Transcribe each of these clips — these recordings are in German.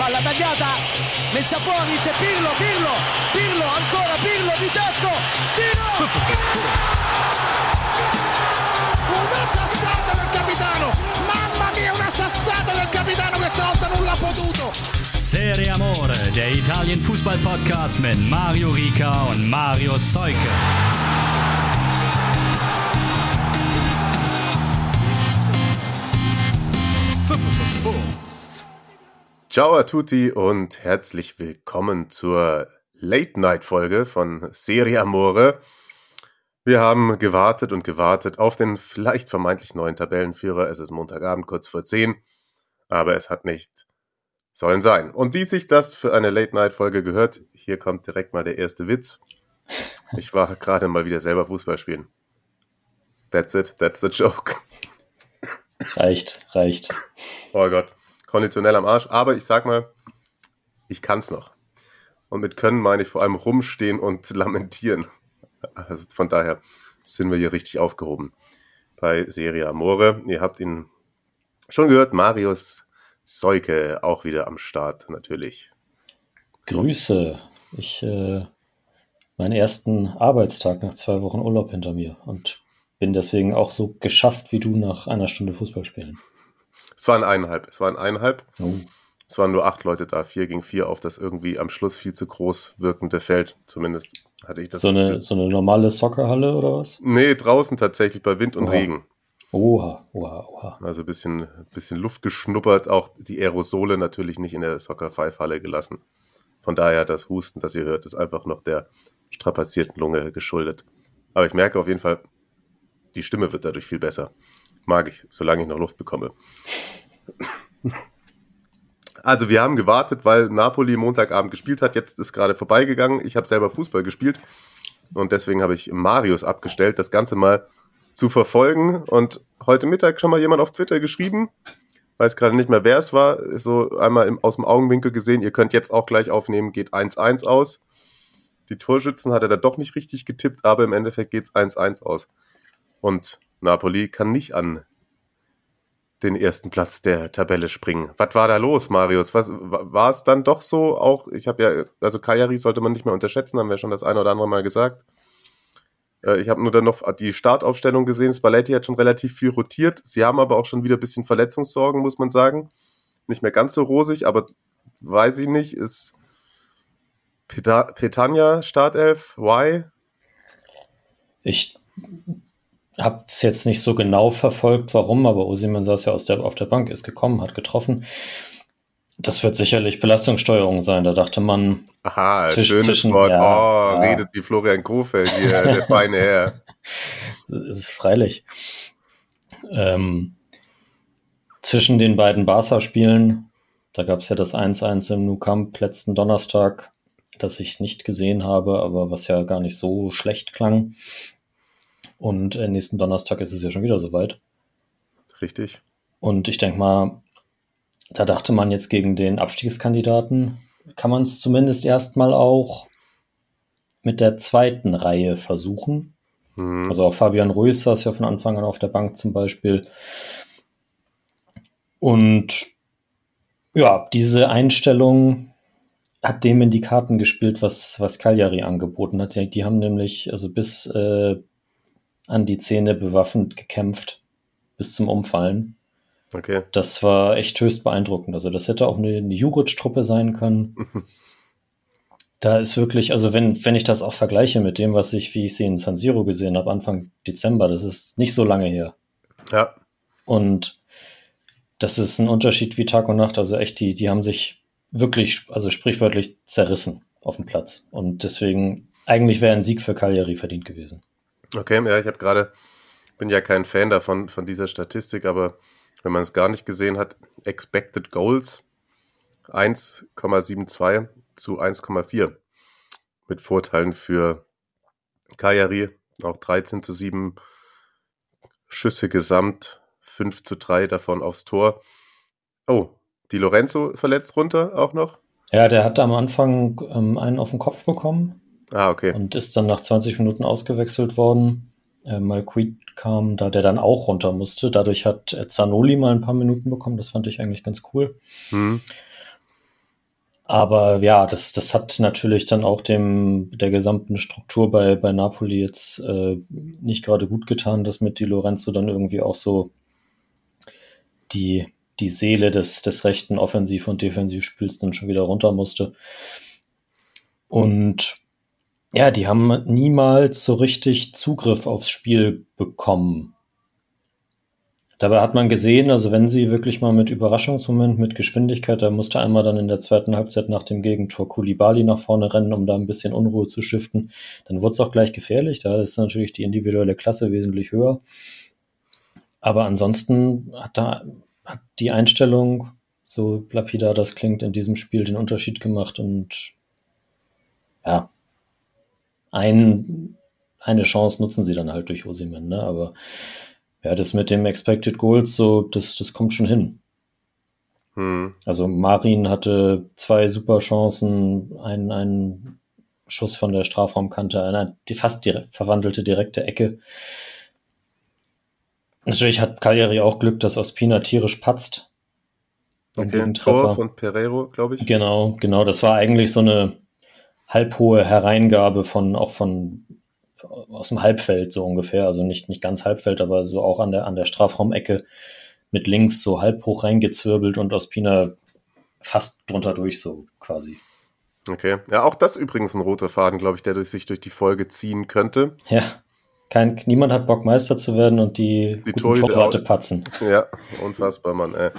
palla tagliata, messa fuori, c'è Pirlo, ancora Pirlo di tacco, tiro! Una sassata del capitano, mamma mia, una sassata del capitano, questa volta non l'ha potuto. Serie Amore, der Italien-Fußball-Podcast mit Mario Rica und Mario Seuke. Ciao a tutti und herzlich willkommen zur Late-Night-Folge von Serie Amore. Wir haben gewartet und gewartet auf den vielleicht vermeintlich neuen Tabellenführer. Es ist Montagabend, kurz vor 10, aber es hat nicht sollen sein. Und wie sich das für eine Late-Night-Folge gehört, hier kommt direkt mal der erste Witz. Ich war gerade mal wieder selber Fußball spielen. That's it, that's the joke. Reicht. Oh Gott, konditionell am Arsch. Aber ich sag mal, ich kann's noch. Und mit können meine ich vor allem rumstehen und lamentieren. Also von daher sind wir hier richtig aufgehoben bei Serie Amore. Ihr habt ihn schon gehört, Marius Seuke auch wieder am Start natürlich. Grüße. Meinen ersten Arbeitstag nach 2 Wochen Urlaub hinter mir und bin deswegen auch so geschafft wie du nach einer Stunde Fußball spielen. Es waren eineinhalb. Oh. Es waren nur 8 Leute da, 4 gegen 4 auf das irgendwie am Schluss viel zu groß wirkende Feld. Zumindest hatte ich das. So eine normale Soccerhalle oder was? Nee, draußen tatsächlich bei Wind und Regen. Oha. Also ein bisschen Luft geschnuppert, auch die Aerosole natürlich nicht in der Soccer-5-Halle gelassen. Von daher das Husten, das ihr hört, ist einfach noch der strapazierten Lunge geschuldet. Aber ich merke auf jeden Fall, die Stimme wird dadurch viel besser. Mag ich, solange ich noch Luft bekomme. Also wir haben gewartet, weil Napoli Montagabend gespielt hat. Jetzt ist gerade vorbeigegangen. Ich habe selber Fußball gespielt und deswegen habe ich Marius abgestellt, das Ganze mal zu verfolgen. Und heute Mittag schon mal jemand auf Twitter geschrieben, weiß gerade nicht mehr, wer es war, ist so einmal aus dem Augenwinkel gesehen, ihr könnt jetzt auch gleich aufnehmen, geht 1-1 aus. Die Torschützen hat er da doch nicht richtig getippt, aber im Endeffekt geht es 1-1 aus. Und Napoli kann nicht an den ersten Platz der Tabelle springen. Was war da los, Marius? War es dann doch so? Auch, also Cagliari sollte man nicht mehr unterschätzen, haben wir schon das eine oder andere Mal gesagt. Ich habe nur dann noch die Startaufstellung gesehen. Spalletti hat schon relativ viel rotiert. Sie haben aber auch schon wieder ein bisschen Verletzungssorgen, muss man sagen. Nicht mehr ganz so rosig, aber weiß ich nicht. Ist Petagna Startelf? Why? Ich habe es jetzt nicht so genau verfolgt, warum, aber Osimhen saß ja auf der Bank, ist gekommen, hat getroffen. Das wird sicherlich Belastungssteuerung sein, da dachte man. Aha, schönes Wort. Ja. Redet wie Florian Kohfeldt hier, der feine Herr. Das ist freilich. Zwischen den beiden Barca-Spielen, da gab es ja das 1-1 im Nou Camp letzten Donnerstag, das ich nicht gesehen habe, aber was ja gar nicht so schlecht klang. Und nächsten Donnerstag ist es ja schon wieder soweit. Richtig. Und ich denke mal, da dachte man jetzt gegen den Abstiegskandidaten, kann man es zumindest erstmal auch mit der zweiten Reihe versuchen. Also auch Fabian Ruiz saß ja von Anfang an auf der Bank zum Beispiel. Und ja, diese Einstellung hat dem in die Karten gespielt, was Cagliari angeboten hat. Die haben nämlich also bis an die Zähne bewaffnet gekämpft, bis zum Umfallen. Okay. Das war echt höchst beeindruckend. Also das hätte auch eine Juric-Truppe sein können. Da ist wirklich, also wenn ich das auch vergleiche mit dem, wie ich sie in San Siro gesehen habe, Anfang Dezember, das ist nicht so lange her. Ja. Und das ist ein Unterschied wie Tag und Nacht. Also echt, die haben sich wirklich, also sprichwörtlich zerrissen auf dem Platz. Und deswegen, eigentlich wäre ein Sieg für Cagliari verdient gewesen. Okay, ja, bin ja kein Fan davon, von dieser Statistik, aber wenn man es gar nicht gesehen hat, Expected Goals 1,72 zu 1,4 mit Vorteilen für Cagliari, auch 13-7 Schüsse gesamt, 5-3 davon aufs Tor. Oh, Di Lorenzo verletzt runter auch noch? Ja, der hat am Anfang einen auf den Kopf bekommen. Ah, okay. Und ist dann nach 20 Minuten ausgewechselt worden. Malquit kam, da der dann auch runter musste. Dadurch hat Zanoli mal ein paar Minuten bekommen. Das fand ich eigentlich ganz cool. Aber ja, das hat natürlich dann auch der gesamten Struktur bei Napoli jetzt nicht gerade gut getan, dass mit Di Lorenzo dann irgendwie auch so die Seele des rechten Offensiv- und Defensivspiels dann schon wieder runter musste. Und ja, die haben niemals so richtig Zugriff aufs Spiel bekommen. Dabei hat man gesehen, also wenn sie wirklich mal mit Überraschungsmoment, mit Geschwindigkeit, da musste einmal dann in der zweiten Halbzeit nach dem Gegentor Koulibaly nach vorne rennen, um da ein bisschen Unruhe zu stiften. Dann wurde es auch gleich gefährlich, da ist natürlich die individuelle Klasse wesentlich höher. Aber ansonsten hat die Einstellung, so lapidar das klingt, in diesem Spiel den Unterschied gemacht und ja, eine Chance nutzen sie dann halt durch Osimhen, ne? Aber ja, das mit dem Expected Goals, so, das kommt schon hin. Also Marin hatte 2 super Chancen, einen Schuss von der Strafraumkante, eine fast verwandelte direkte Ecke. Natürlich hat Cagliari auch Glück, dass Ospina tierisch patzt. Okay, Tor von Pereiro, glaube ich. Genau. Das war eigentlich so eine halbhohe Hereingabe aus dem Halbfeld so ungefähr. Also nicht ganz Halbfeld, aber so auch an der Strafraumecke mit links so halb hoch reingezwirbelt und Ospina fast drunter durch so quasi. Okay, ja, auch das übrigens ein roter Faden, glaube ich, der sich durch die Folge ziehen könnte. Ja, niemand hat Bock, Meister zu werden und die guten Torwarte patzen. Ja, unfassbar, Mann, ey.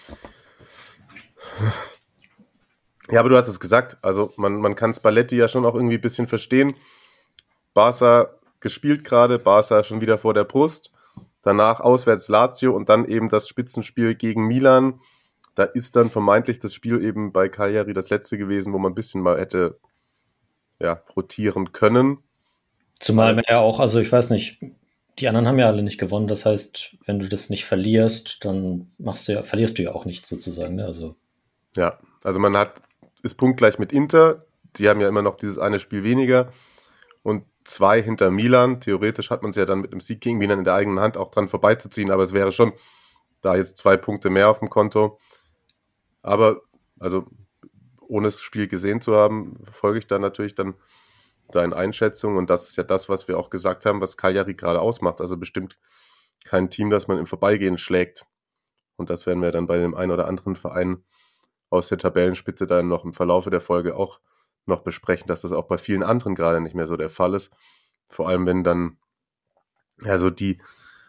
Ja, aber du hast es gesagt, also man kann Spalletti ja schon auch irgendwie ein bisschen verstehen. Barca gespielt gerade, Barca schon wieder vor der Brust, danach auswärts Lazio und dann eben das Spitzenspiel gegen Milan. Da ist dann vermeintlich das Spiel eben bei Cagliari das letzte gewesen, wo man ein bisschen mal hätte rotieren können. Zumal man ja auch, also ich weiß nicht, die anderen haben ja alle nicht gewonnen, das heißt, wenn du das nicht verlierst, dann verlierst du ja auch nichts sozusagen, ne? Also ja, also man ist punktgleich mit Inter, die haben ja immer noch dieses eine Spiel weniger und 2 hinter Milan. Theoretisch hat man es ja dann mit einem Sieg gegen Milan in der eigenen Hand auch dran vorbeizuziehen, aber es wäre schon da jetzt 2 Punkte mehr auf dem Konto. Aber, also, ohne das Spiel gesehen zu haben, folge ich dann natürlich dann deinen Einschätzungen und das ist ja das, was wir auch gesagt haben, was Cagliari gerade ausmacht. Also bestimmt kein Team, das man im Vorbeigehen schlägt. Und das werden wir dann bei dem einen oder anderen Verein aus der Tabellenspitze dann noch im Verlaufe der Folge auch noch besprechen, dass das auch bei vielen anderen gerade nicht mehr so der Fall ist. Vor allem, wenn dann so die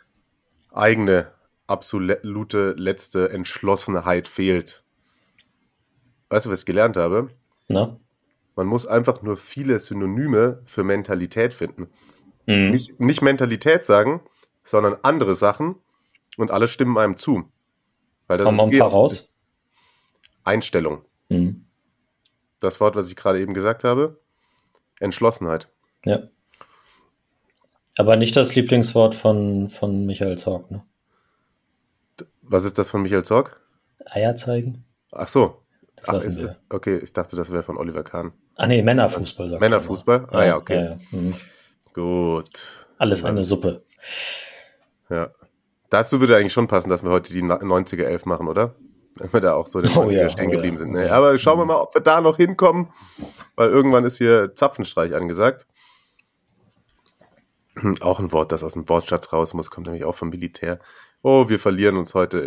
eigene absolute letzte Entschlossenheit fehlt. Weißt du, was ich gelernt habe? Na? Man muss einfach nur viele Synonyme für Mentalität finden. Mhm. Nicht Mentalität sagen, sondern andere Sachen und alle stimmen einem zu. Weil das Kommen wir ein paar raus? Einstellung. Mhm. Das Wort, was ich gerade eben gesagt habe. Entschlossenheit. Ja. Aber nicht das Lieblingswort von Michael Zorc, ne? Was ist das von Michael Zorc? Eier zeigen? Ach so. Das lassen wir. Okay, ich dachte, das wäre von Oliver Kahn. Ah nee, Männerfußball sagt Männerfußball? Ja, okay. Ja. Mhm. Gut. Alles eine Suppe. Ja. Dazu würde eigentlich schon passen, dass wir heute die 90er 11 machen, oder? Wenn wir da auch so den 90er stehen geblieben sind. Ne? Aber schauen wir mal, ob wir da noch hinkommen, weil irgendwann ist hier Zapfenstreich angesagt. Auch ein Wort, das aus dem Wortschatz raus muss, kommt nämlich auch vom Militär. Oh, wir verlieren uns heute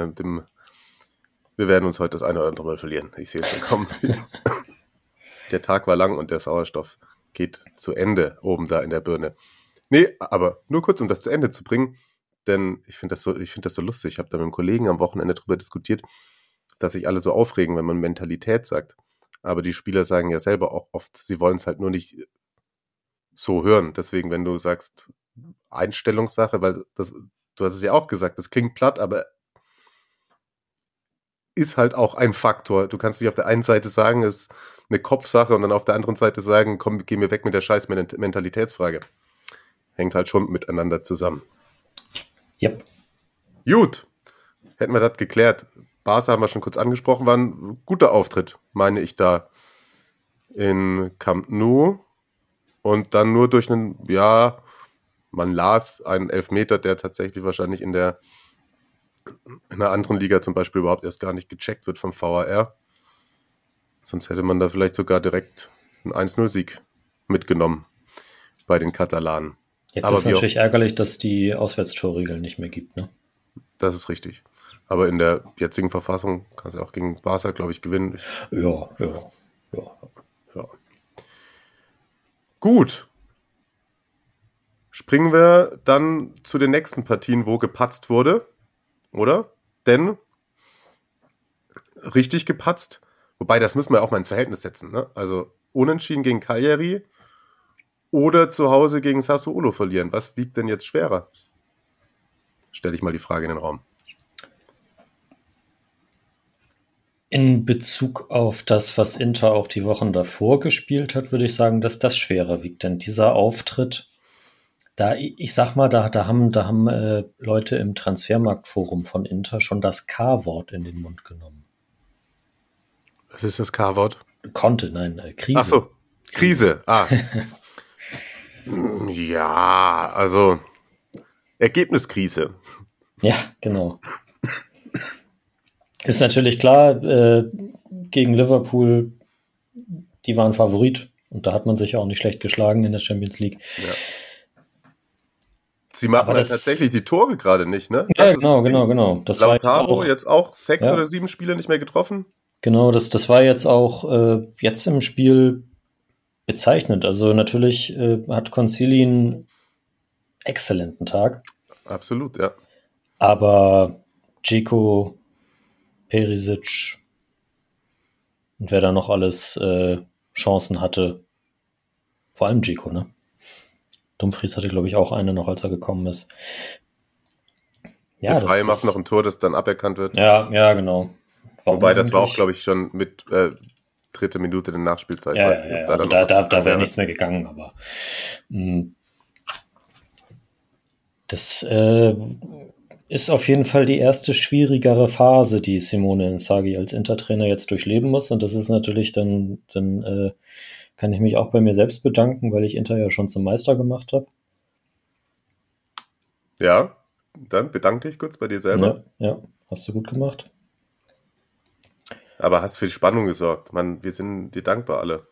wir werden uns heute das eine oder andere Mal verlieren. Ich sehe es schon kommen. Der Tag war lang und der Sauerstoff geht zu Ende oben da in der Birne. Nee, aber nur kurz, um das zu Ende zu bringen, denn ich finde das so lustig. Ich habe da mit einem Kollegen am Wochenende drüber diskutiert, dass sich alle so aufregen, wenn man Mentalität sagt. Aber die Spieler sagen ja selber auch oft, sie wollen es halt nur nicht so hören. Deswegen, wenn du sagst Einstellungssache, weil du hast es ja auch gesagt, das klingt platt, aber ist halt auch ein Faktor. Du kannst nicht auf der einen Seite sagen, es ist eine Kopfsache und dann auf der anderen Seite sagen, komm, geh mir weg mit der scheiß Mentalitätsfrage. Hängt halt schon miteinander zusammen. Yep. Gut, hätten wir das geklärt. Barca haben wir schon kurz angesprochen, war ein guter Auftritt, meine ich, da in Camp Nou. Und dann nur durch man las einen Elfmeter, der tatsächlich wahrscheinlich in einer anderen Liga zum Beispiel überhaupt erst gar nicht gecheckt wird vom VAR. Sonst hätte man da vielleicht sogar direkt einen 1-0-Sieg mitgenommen bei den Katalanen. Jetzt ist natürlich ärgerlich, dass die Auswärtstorregel nicht mehr gibt, ne? Das ist richtig. Aber in der jetzigen Verfassung kannst du auch gegen Barca, glaube ich, gewinnen. Ja. Gut. Springen wir dann zu den nächsten Partien, wo gepatzt wurde, oder? Denn richtig gepatzt, wobei das müssen wir auch mal ins Verhältnis setzen, ne? Also unentschieden gegen Cagliari oder zu Hause gegen Sassuolo verlieren. Was wiegt denn jetzt schwerer? Stelle ich mal die Frage in den Raum. In Bezug auf das, was Inter auch die Wochen davor gespielt hat, würde ich sagen, dass das schwerer wiegt. Denn dieser Auftritt, ich sag mal, da haben Leute im Transfermarktforum von Inter schon das K-Wort in den Mund genommen. Was ist das K-Wort? Krise. Ach so, Krise. Ja, also Ergebniskrise. Ja, genau. Ist natürlich klar, gegen Liverpool, die waren Favorit und da hat man sich auch nicht schlecht geschlagen in der Champions League. Ja. Sie machen halt tatsächlich die Tore gerade nicht, ne? Ja, genau. Das Lautaro war jetzt auch 6 oder 7 Spiele nicht mehr getroffen. Genau, das war jetzt auch jetzt im Spiel bezeichnend. Also natürlich hat Consigli einen exzellenten Tag. Absolut, ja. Aber Dzeko, Perisic und wer da noch alles Chancen hatte, vor allem Dzeko, ne? Dumfries hatte, glaube ich, auch eine noch, als er gekommen ist. Ja, der Freie macht noch ein Tor, das dann aberkannt wird. Ja, genau. Wobei, das war auch, glaube ich, schon mit dritte Minute der Nachspielzeit. Ja. Also da wäre nichts mehr gegangen, aber das ist auf jeden Fall die erste schwierigere Phase, die Simone Inzaghi als Inter-Trainer jetzt durchleben muss. Und das ist natürlich dann kann ich mich auch bei mir selbst bedanken, weil ich Inter ja schon zum Meister gemacht habe. Ja, dann bedanke dich kurz bei dir selber. Ja, hast du gut gemacht. Aber hast für Spannung gesorgt. Mann, wir sind dir dankbar alle.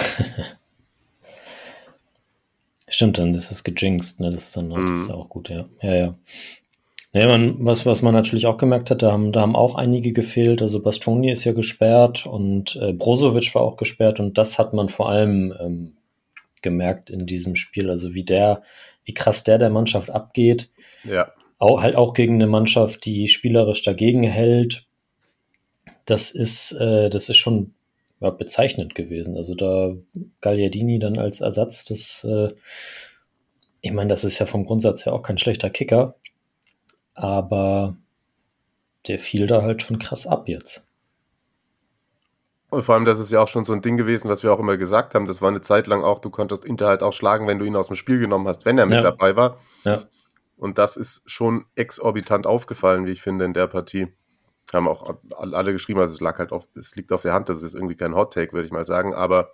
Stimmt, dann ist es gejinxt, ne? Das ist auch gut, ja. Ja, was man natürlich auch gemerkt hat, da haben auch einige gefehlt. Also Bastoni ist ja gesperrt und Brozovic war auch gesperrt und das hat man vor allem gemerkt in diesem Spiel. Also wie krass der Mannschaft abgeht. Ja. Auch gegen eine Mannschaft, die spielerisch dagegen hält. Das ist schon bezeichnend gewesen. Also da Gagliardini dann als Ersatz, ich meine, das ist ja vom Grundsatz her auch kein schlechter Kicker. Aber der fiel da halt schon krass ab jetzt. Und vor allem, das ist ja auch schon so ein Ding gewesen, was wir auch immer gesagt haben. Das war eine Zeit lang auch, du konntest Inter halt auch schlagen, wenn du ihn aus dem Spiel genommen hast, wenn er mit dabei war. Ja. Und das ist schon exorbitant aufgefallen, wie ich finde, in der Partie. Haben auch alle geschrieben, also es liegt auf der Hand, das ist irgendwie kein Hot-Take, würde ich mal sagen. Aber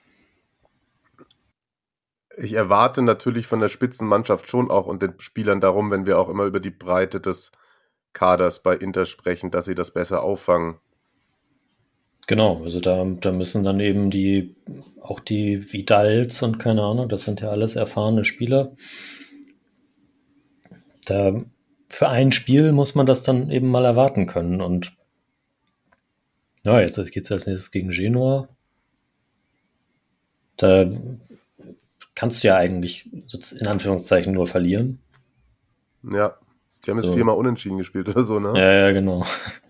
ich erwarte natürlich von der Spitzenmannschaft schon auch und den Spielern darum, wenn wir auch immer über die Breite des Kaders bei Inter sprechen, dass sie das besser auffangen. Genau, also da müssen dann eben auch die Vidals und keine Ahnung, das sind ja alles erfahrene Spieler. Für ein Spiel muss man das dann eben mal erwarten können und ja, jetzt geht es als nächstes gegen Genoa. Da kannst du ja eigentlich in Anführungszeichen nur verlieren. Ja, die haben jetzt 4-mal unentschieden gespielt oder so, ne? Ja, genau.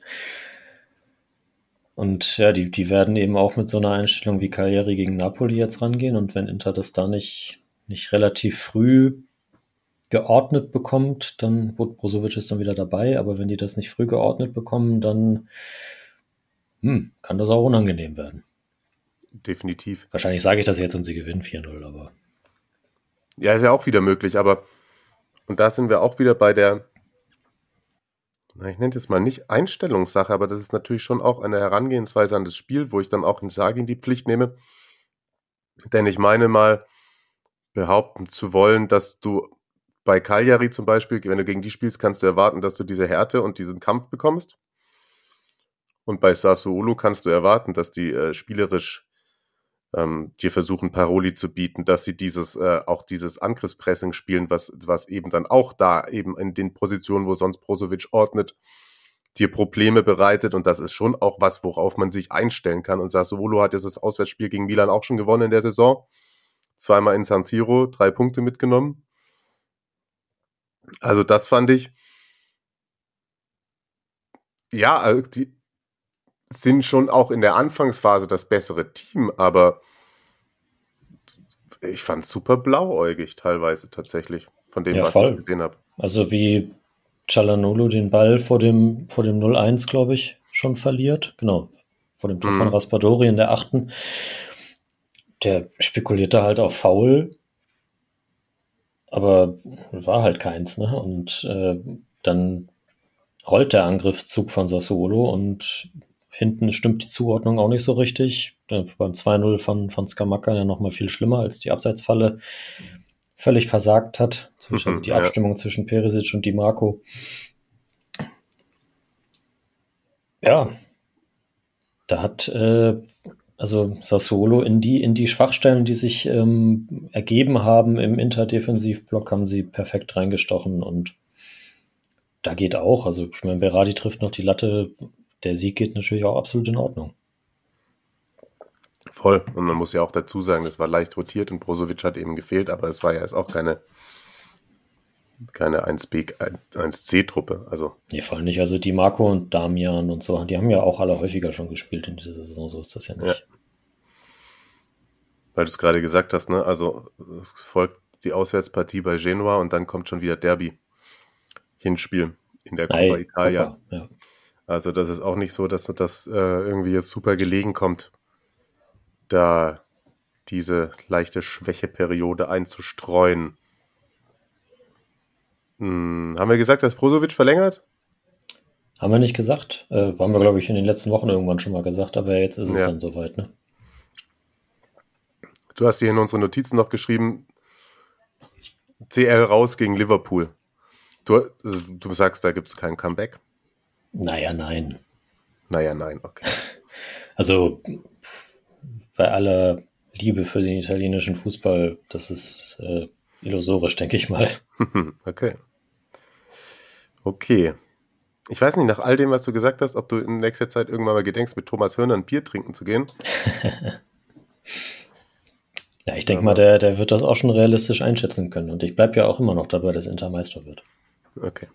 Und ja, die werden eben auch mit so einer Einstellung wie Cagliari gegen Napoli jetzt rangehen und wenn Inter das da nicht relativ früh geordnet bekommt, dann, gut, Brozovic ist dann wieder dabei, aber wenn die das nicht früh geordnet bekommen, dann kann das auch unangenehm werden. Definitiv. Wahrscheinlich sage ich das jetzt und sie gewinnen 4-0, aber ja, ist ja auch wieder möglich, aber und da sind wir auch wieder bei der, ich nenne es jetzt mal nicht Einstellungssache, aber das ist natürlich schon auch eine Herangehensweise an das Spiel, wo ich dann auch Inzaghi in die Pflicht nehme. Denn ich meine mal behaupten zu wollen, dass du bei Cagliari zum Beispiel, wenn du gegen die spielst, kannst du erwarten, dass du diese Härte und diesen Kampf bekommst. Und bei Sassuolo kannst du erwarten, dass die spielerisch dir versuchen, Paroli zu bieten, dass sie auch dieses Angriffspressing spielen, was eben dann auch da eben in den Positionen, wo sonst Brozovic ordnet, dir Probleme bereitet. Und das ist schon auch was, worauf man sich einstellen kann. Und Sassuolo hat jetzt das Auswärtsspiel gegen Milan auch schon gewonnen in der Saison. 2-mal in San Siro, 3 Punkte mitgenommen. Also das fand ich, ja, die sind schon auch in der Anfangsphase das bessere Team, aber ich fand es super blauäugig teilweise tatsächlich, von dem, Ja, was voll. ich gesehen habe. Also wie Çalhanoğlu den Ball vor dem 0-1, glaube ich, schon verliert. Genau, vor dem Tor von Raspadori in der 8. Der spekulierte halt auf Foul, aber war halt keins, ne? Und dann rollt der Angriffszug von Sassuolo und hinten stimmt die Zuordnung auch nicht so richtig. Beim 2-0 von Scamacca ja nochmal viel schlimmer, als die Abseitsfalle völlig versagt hat. Also die Abstimmung zwischen Perisic und Di Marco. Ja, da hat also Sassuolo in die Schwachstellen, die sich ergeben haben im Interdefensivblock, haben sie perfekt reingestochen und da geht auch. Also ich meine, Berardi trifft noch die Latte. Der Sieg geht natürlich auch absolut in Ordnung. Voll. Und man muss ja auch dazu sagen, das war leicht rotiert und Brozovic hat eben gefehlt, aber es war ja jetzt auch keine 1B, 1C-Truppe. Also. Nee, vor allem nicht. Also Di Marco und Damian und so, die haben ja auch alle häufiger schon gespielt in dieser Saison, so ist das ja nicht. Ja. Weil du es gerade gesagt hast, ne? Also es folgt die Auswärtspartie bei Genua und dann kommt schon wieder Derby. Hinspiel in der Coppa Italia. Ja. Also das ist auch nicht so, dass das irgendwie jetzt super gelegen kommt, da diese leichte Schwächeperiode einzustreuen. Haben wir gesagt, dass Brozovic verlängert? Haben wir nicht gesagt. Waren wir, glaube ich, in den letzten Wochen irgendwann schon mal gesagt, aber jetzt ist es dann soweit, ne? Du hast hier in unsere Notizen noch geschrieben, CL raus gegen Liverpool. Du sagst, da gibt es kein Comeback? Naja, nein. Okay. Also bei aller Liebe für den italienischen Fußball, das ist illusorisch, denke ich mal. Okay. Ich weiß nicht, nach all dem, was du gesagt hast, ob du in nächster Zeit irgendwann mal gedenkst, mit Thomas Hörner ein Bier trinken zu gehen. Ja, ich denke mal, der wird das auch schon realistisch einschätzen können. Und ich bleibe ja auch immer noch dabei, dass Inter Meister wird. Okay.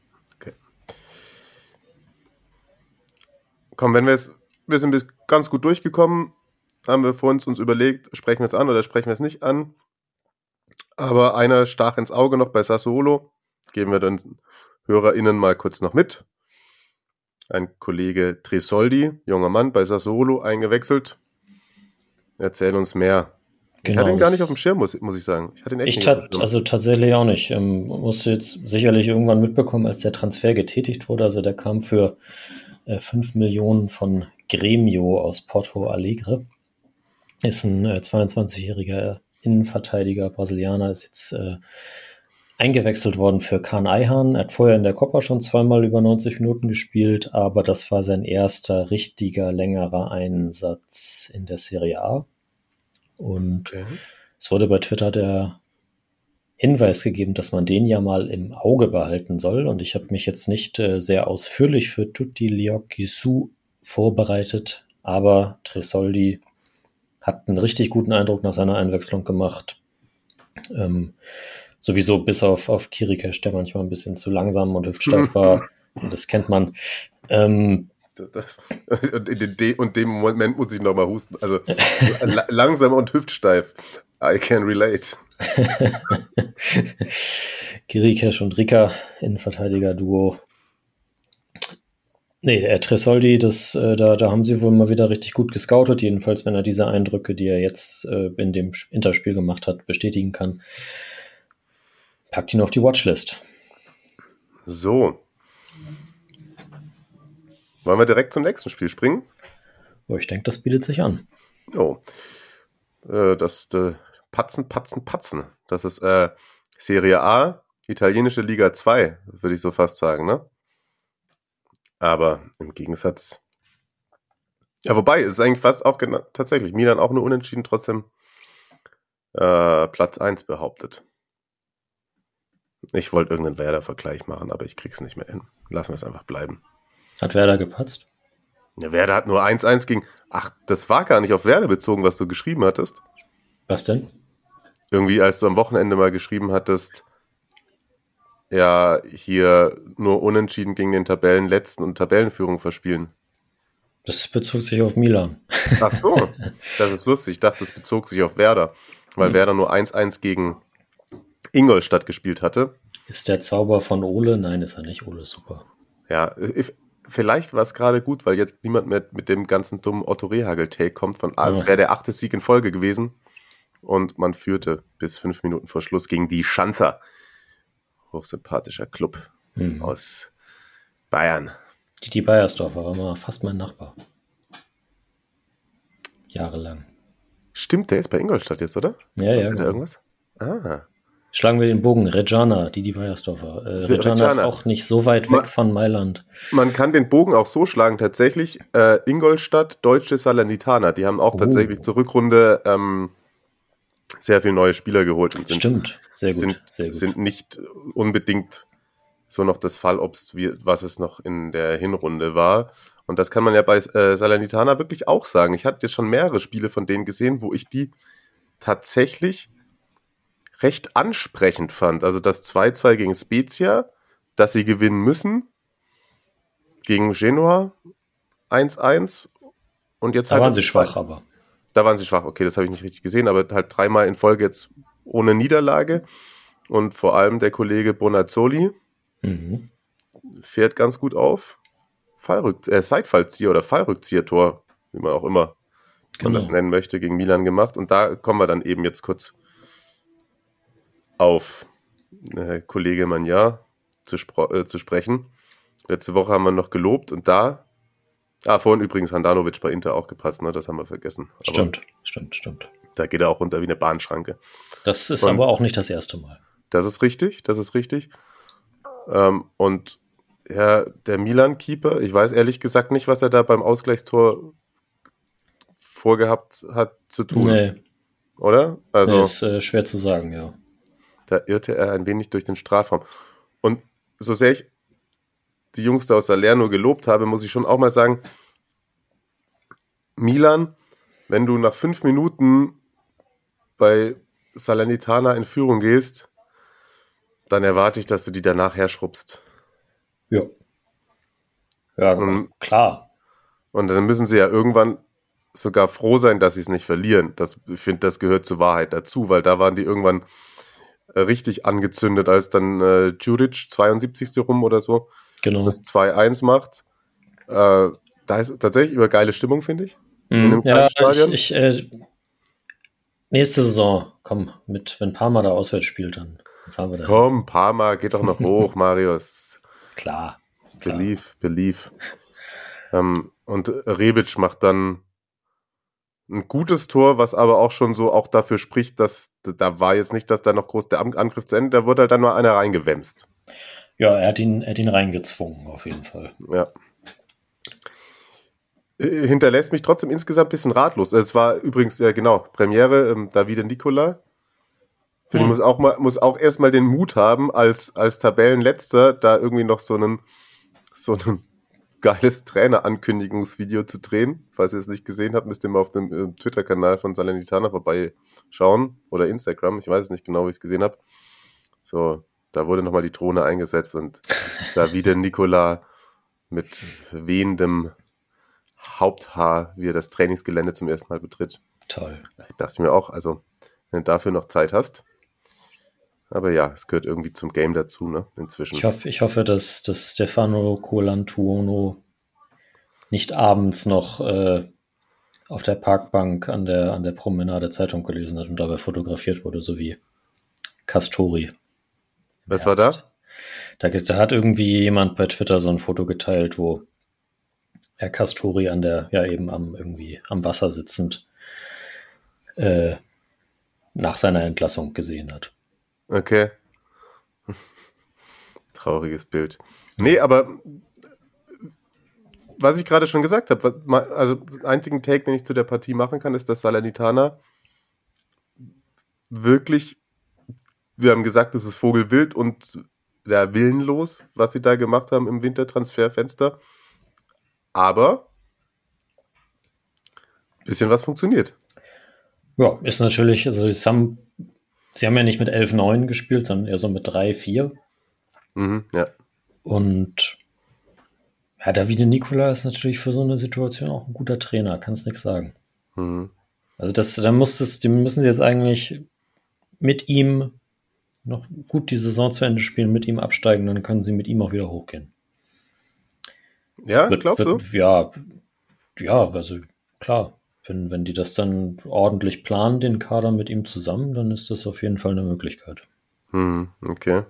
Komm, wir sind bis ganz gut durchgekommen, haben wir vor uns überlegt, sprechen wir es an oder sprechen wir es nicht an. Aber einer stach ins Auge noch bei Sassuolo. Geben wir den HörerInnen mal kurz noch mit. Ein Kollege Tresoldi, junger Mann bei Sassuolo, eingewechselt. Erzähl uns mehr. Ich hatte ihn gar nicht auf dem Schirm, muss ich sagen. Also tatsächlich auch nicht. Musste jetzt sicherlich irgendwann mitbekommen, als der Transfer getätigt wurde. Also der kam für 5 Millionen von Grêmio aus Porto Alegre. Ist ein 22-jähriger Innenverteidiger, Brasilianer, ist jetzt eingewechselt worden für Kaan Ayhan. Er hat vorher in der Copa schon 2-mal über 90 Minuten gespielt, aber das war sein erster richtiger, längerer Einsatz in der Serie A. Und es wurde bei Twitter der Hinweis gegeben, dass man den ja mal im Auge behalten soll. Und ich habe mich jetzt nicht sehr ausführlich für Tutti gli occhi su vorbereitet, aber Tresoldi hat einen richtig guten Eindruck nach seiner Einwechslung gemacht. Sowieso bis auf Chiriches, der manchmal ein bisschen zu langsam und hüftsteif war. Das kennt man. Und in dem Moment muss ich nochmal husten. Also langsam und hüftsteif. I can relate. Chiriches und Rica, Innenverteidiger-Duo. Nee, Tresoldi, da haben sie wohl mal wieder richtig gut gescoutet. Jedenfalls, wenn er diese Eindrücke, die er jetzt in dem Interspiel gemacht hat, bestätigen kann. Packt ihn auf die Watchlist. So. Wollen wir direkt zum nächsten Spiel springen? Oh, ich denke, das bietet sich an. Oh. Das Patzen. Das ist Serie A, italienische Liga 2, würde ich so fast sagen, ne? Aber im Gegensatz Ja, wobei, es ist eigentlich fast auch tatsächlich Milan auch nur unentschieden, trotzdem Platz 1 behauptet. Ich wollte irgendeinen Werder-Vergleich machen, aber ich krieg's nicht mehr hin. Lassen wir es einfach bleiben. Hat Werder gepatzt? Ja, Werder hat nur 1-1 gegen... Ach, das war gar nicht auf Werder bezogen, was du geschrieben hattest. Was denn? Irgendwie, als du am Wochenende mal geschrieben hattest, ja, hier nur unentschieden gegen den Tabellenletzten und Tabellenführung verspielen. Das bezog sich auf Milan. Ach so, das ist lustig. Ich dachte, das bezog sich auf Werder, weil Werder nur 1-1 gegen Ingolstadt gespielt hatte. Ist der Zauber von Ole? Nein, ist er nicht. Ole ist super. Ja, vielleicht war es gerade gut, weil jetzt niemand mehr mit dem ganzen dummen Otto Rehagel-Take kommt, es wäre der 8. Sieg in Folge gewesen und man führte bis 5 Minuten vor Schluss gegen die Schanzer. Hochsympathischer Club aus Bayern. Die Beiersdorfer war mal fast mein Nachbar. Jahrelang. Stimmt, der ist bei Ingolstadt jetzt, oder? Ja, ja. Hat er irgendwas? Ah. Schlagen wir den Bogen. Reggiana, die Beiersdorfer. Reggiana ist auch nicht so weit weg von Mailand. Man kann den Bogen auch so schlagen, tatsächlich. Ingolstadt, deutsche Salernitaner, die haben auch tatsächlich zur Rückrunde sehr viele neue Spieler geholt. Und Stimmt, sehr gut. Sind nicht unbedingt so noch das Fallobst, was es noch in der Hinrunde war. Und das kann man ja bei Salernitana wirklich auch sagen. Ich hatte jetzt schon mehrere Spiele von denen gesehen, wo ich die tatsächlich recht ansprechend fand. Also das 2-2 gegen Spezia, dass sie gewinnen müssen, gegen Genoa 1-1 und jetzt halt... Da waren sie schwach, aber... Da waren sie schwach, okay, das habe ich nicht richtig gesehen, aber halt 3-mal in Folge jetzt ohne Niederlage und vor allem der Kollege Bonazzoli fährt ganz gut auf. Seitfallzieher oder Fallrückzieher-Tor, wie man auch immer man das nennen möchte, gegen Milan gemacht. Und da kommen wir dann eben jetzt kurz auf Kollege Magnar zu sprechen. Letzte Woche haben wir noch gelobt und vorhin übrigens Handanovic bei Inter auch gepasst, ne? Das haben wir vergessen. Stimmt. Da geht er auch runter wie eine Bahnschranke. Das ist aber auch nicht das erste Mal. Das ist richtig. Und ja, der Milan-Keeper, ich weiß ehrlich gesagt nicht, was er da beim Ausgleichstor vorgehabt hat zu tun. Nee. Oder? Also, ist schwer zu sagen, ja. Da irrte er ein wenig durch den Strafraum. Und so sehr ich die Jungs da aus Salerno gelobt habe, muss ich schon auch mal sagen, Milan, wenn du nach 5 Minuten bei Salernitana in Führung gehst, dann erwarte ich, dass du die danach herschrubbst. Ja. Ja, klar. Und dann müssen sie ja irgendwann sogar froh sein, dass sie es nicht verlieren. Ich finde, das gehört zur Wahrheit dazu, weil da waren die irgendwann richtig angezündet, als dann Djuric 72. rum oder so das 2-1 macht. Da ist tatsächlich über geile Stimmung, finde ich. Nächste Saison, komm, wenn Parma da auswärts spielt, dann fahren wir da. Komm, Parma, geht doch noch hoch, Marius. Klar. Belief. Und Rebic macht dann ein gutes Tor, was aber auch schon so auch dafür spricht, dass da war jetzt nicht, dass da noch groß der Angriff zu Ende, da wurde halt dann nur einer reingewämst. Ja, er hat ihn reingezwungen, auf jeden Fall. Ja. Hinterlässt mich trotzdem insgesamt ein bisschen ratlos. Es war übrigens, Premiere, Davide Nicola. Finde ich, muss auch erstmal den Mut haben, als Tabellenletzter da irgendwie noch so ein geiles Trainer-Ankündigungsvideo zu drehen. Falls ihr es nicht gesehen habt, müsst ihr mal auf dem Twitter-Kanal von Salernitana vorbeischauen. Oder Instagram, ich weiß es nicht genau, wie ich es gesehen habe. So, da wurde nochmal die Drohne eingesetzt und da wieder Nicola mit wehendem Haupthaar, wie er das Trainingsgelände zum ersten Mal betritt. Toll. Ich dachte mir auch, also, wenn du dafür noch Zeit hast. Aber ja, es gehört irgendwie zum Game dazu, ne, inzwischen. Ich hoffe, dass Stefano Colantuono nicht abends noch auf der Parkbank an der Promenade Zeitung gelesen hat und dabei fotografiert wurde, so wie Castori. Was war da? Da hat irgendwie jemand bei Twitter so ein Foto geteilt, wo Herr Castori eben am Wasser sitzend nach seiner Entlassung gesehen hat. Okay. Trauriges Bild. Nee, aber was ich gerade schon gesagt habe, also den einzigen Take, den ich zu der Partie machen kann, ist, dass Salernitana wirklich, wir haben gesagt, es ist Vogelwild und ja, willenlos, was sie da gemacht haben im Wintertransferfenster. Aber ein bisschen was funktioniert. Ja, ist natürlich, also sie haben ja nicht mit 11-9 gespielt, sondern eher so mit 3-4. Ja. Und ja, Davide Nicola ist natürlich für so eine Situation auch ein guter Trainer, kannst nichts sagen. Also die müssen sie jetzt eigentlich mit ihm noch gut die Saison zu Ende spielen, mit ihm absteigen, dann können sie mit ihm auch wieder hochgehen. Ja, glaubst du? Ja, also klar. Wenn die das dann ordentlich planen, den Kader mit ihm zusammen, dann ist das auf jeden Fall eine Möglichkeit. Okay.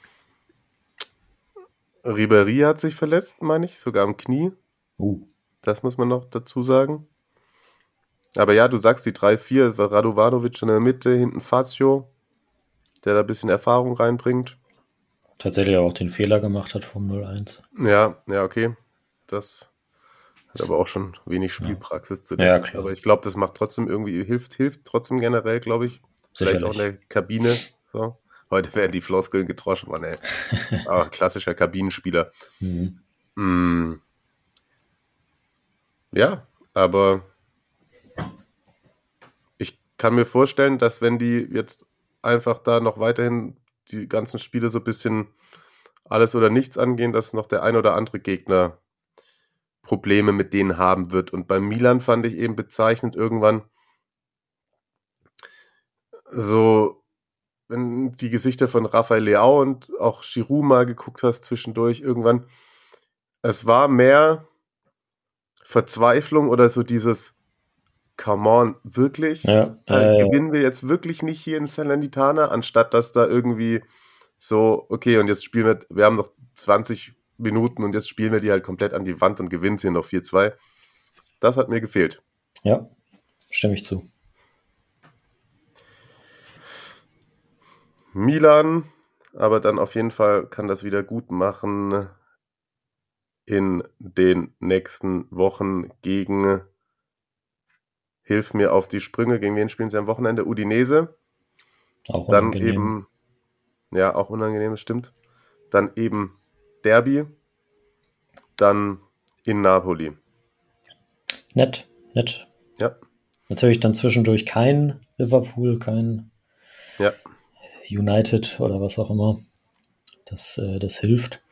Ribéry hat sich verletzt, meine ich, sogar am Knie. Das muss man noch dazu sagen. Aber ja, du sagst die 3-4, es war Radovanovic in der Mitte, hinten Fazio, der da ein bisschen Erfahrung reinbringt. Tatsächlich auch den Fehler gemacht hat vom 0-1. Ja, okay. Das hat aber auch schon wenig Spielpraxis zuletzt. Ja, klar. Aber ich glaube, das macht trotzdem irgendwie, hilft trotzdem generell, glaube ich. Vielleicht auch in der Kabine. So. Heute werden die Floskeln getroschen, Mann, ey. Aber klassischer Kabinenspieler. Ja, aber ich kann mir vorstellen, dass wenn die jetzt einfach da noch weiterhin die ganzen Spiele so ein bisschen alles oder nichts angehen, dass noch der ein oder andere Gegner Probleme mit denen haben wird. Und bei Milan fand ich eben bezeichnend irgendwann so, wenn die Gesichter von Rafael Leao und auch Giroud mal geguckt hast zwischendurch, irgendwann, es war mehr Verzweiflung oder so dieses come on, wirklich? Gewinnen wir jetzt wirklich nicht hier in Salernitana, anstatt dass da irgendwie so, okay, und jetzt spielen wir haben noch 20 Minuten und jetzt spielen wir die halt komplett an die Wand und gewinnen hier noch 4-2. Das hat mir gefehlt. Ja, stimme ich zu. Milan, aber dann auf jeden Fall kann das wieder gut machen in den nächsten Wochen gegen, hilf mir auf die Sprünge, gegen wen spielen sie am Wochenende? Udinese. Auch dann unangenehm. Eben, ja, auch unangenehm, stimmt. Dann eben Derby, dann in Napoli. Nett. Ja. Natürlich dann zwischendurch kein Liverpool, kein United oder was auch immer. Das hilft.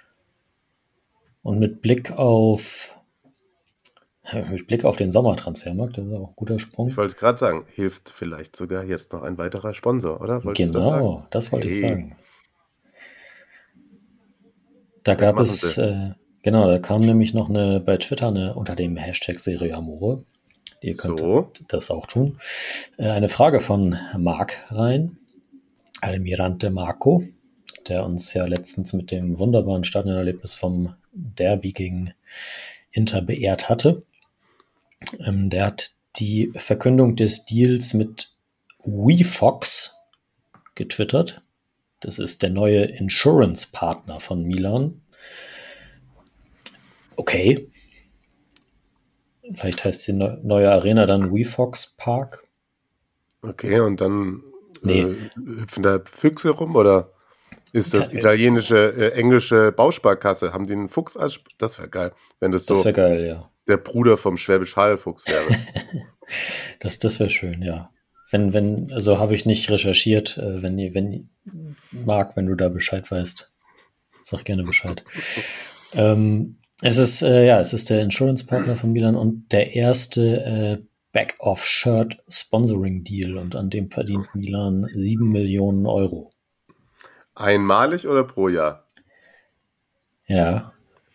Und mit Blick auf den Sommertransfermarkt, das ist auch ein guter Sprung. Ich wollte es gerade sagen, hilft vielleicht sogar jetzt noch ein weiterer Sponsor, oder? Wolltest du das sagen? Das wollte ich sagen. Da gab es, da kam nämlich noch bei Twitter unter dem Hashtag Serie Amore, ihr könnt das auch tun, eine Frage von Marc rein, Almirante Marco, der uns ja letztens mit dem wunderbaren Stadionerlebnis vom Derby gegen Inter beehrt hatte. Der hat die Verkündung des Deals mit WeFox getwittert. Das ist der neue Insurance-Partner von Milan. Okay. Vielleicht heißt die neue Arena dann WeFox Park. Okay, und dann hüpfen da Füchse rum, oder ist das italienische, englische Bausparkasse? Haben die einen Fuchs als... Das wäre geil, wenn das so... Das wäre geil, ja. Der Bruder vom Schwäbisch Hall-Fuchs wäre. Das wäre schön, ja. Also habe ich nicht recherchiert, Marc, wenn du da Bescheid weißt, sag gerne Bescheid. Es ist der Insurance-Partner von Milan und der erste Back-Off-Shirt-Sponsoring-Deal, und an dem verdient Milan 7 Millionen Euro. Einmalig oder pro Jahr? Ja.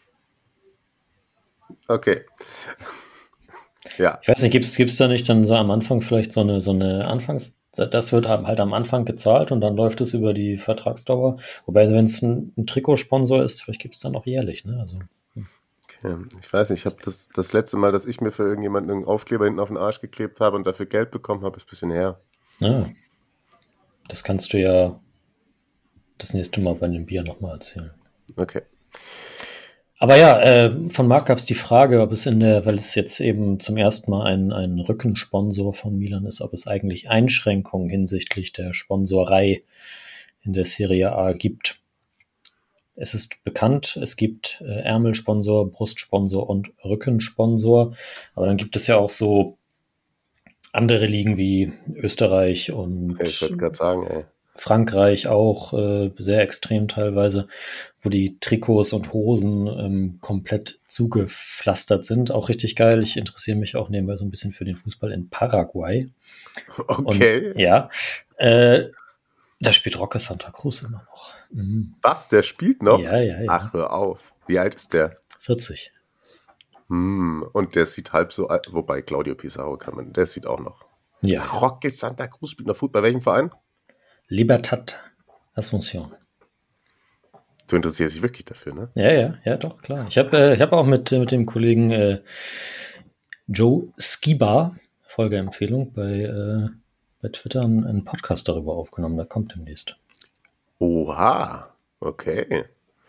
Okay. Ja. Ich weiß nicht, gibt's da nicht dann so am Anfang vielleicht so eine das wird halt am Anfang gezahlt und dann läuft es über die Vertragsdauer. Wobei, wenn es ein Trikotsponsor ist, vielleicht gibt es dann auch jährlich, ne? Also. Okay. Ich weiß nicht, ich habe das letzte Mal, dass ich mir für irgendjemanden einen Aufkleber hinten auf den Arsch geklebt habe und dafür Geld bekommen habe, ist ein bisschen her. Ja. Das kannst du ja das nächste Mal bei dem Bier nochmal erzählen. Okay. Aber ja, von Marc gab es die Frage, ob es weil es jetzt eben zum ersten Mal ein Rückensponsor von Milan ist, ob es eigentlich Einschränkungen hinsichtlich der Sponsorei in der Serie A gibt. Es ist bekannt, es gibt Ärmelsponsor, Brustsponsor und Rückensponsor. Aber dann gibt es ja auch so andere Ligen wie Österreich und Ich würde gerade sagen, Frankreich auch sehr extrem teilweise, wo die Trikots und Hosen komplett zugepflastert sind. Auch richtig geil. Ich interessiere mich auch nebenbei so ein bisschen für den Fußball in Paraguay. Okay. Und, ja, da spielt Roque Santa Cruz immer noch. Mhm. Was, der spielt noch? Ja. Ach, hör auf. Wie alt ist der? 40. Und der sieht halb so alt, wobei Claudio Pizarro der sieht auch noch. Ja. Roque Santa Cruz spielt noch Fußball. Bei welchem Verein? Libertad Asunción. Du interessierst dich wirklich dafür, ne? Ja, doch, klar. Ich hab auch mit dem Kollegen Joe Skiba, Folgeempfehlung, bei Twitter einen Podcast darüber aufgenommen. Der kommt demnächst. Oha, okay.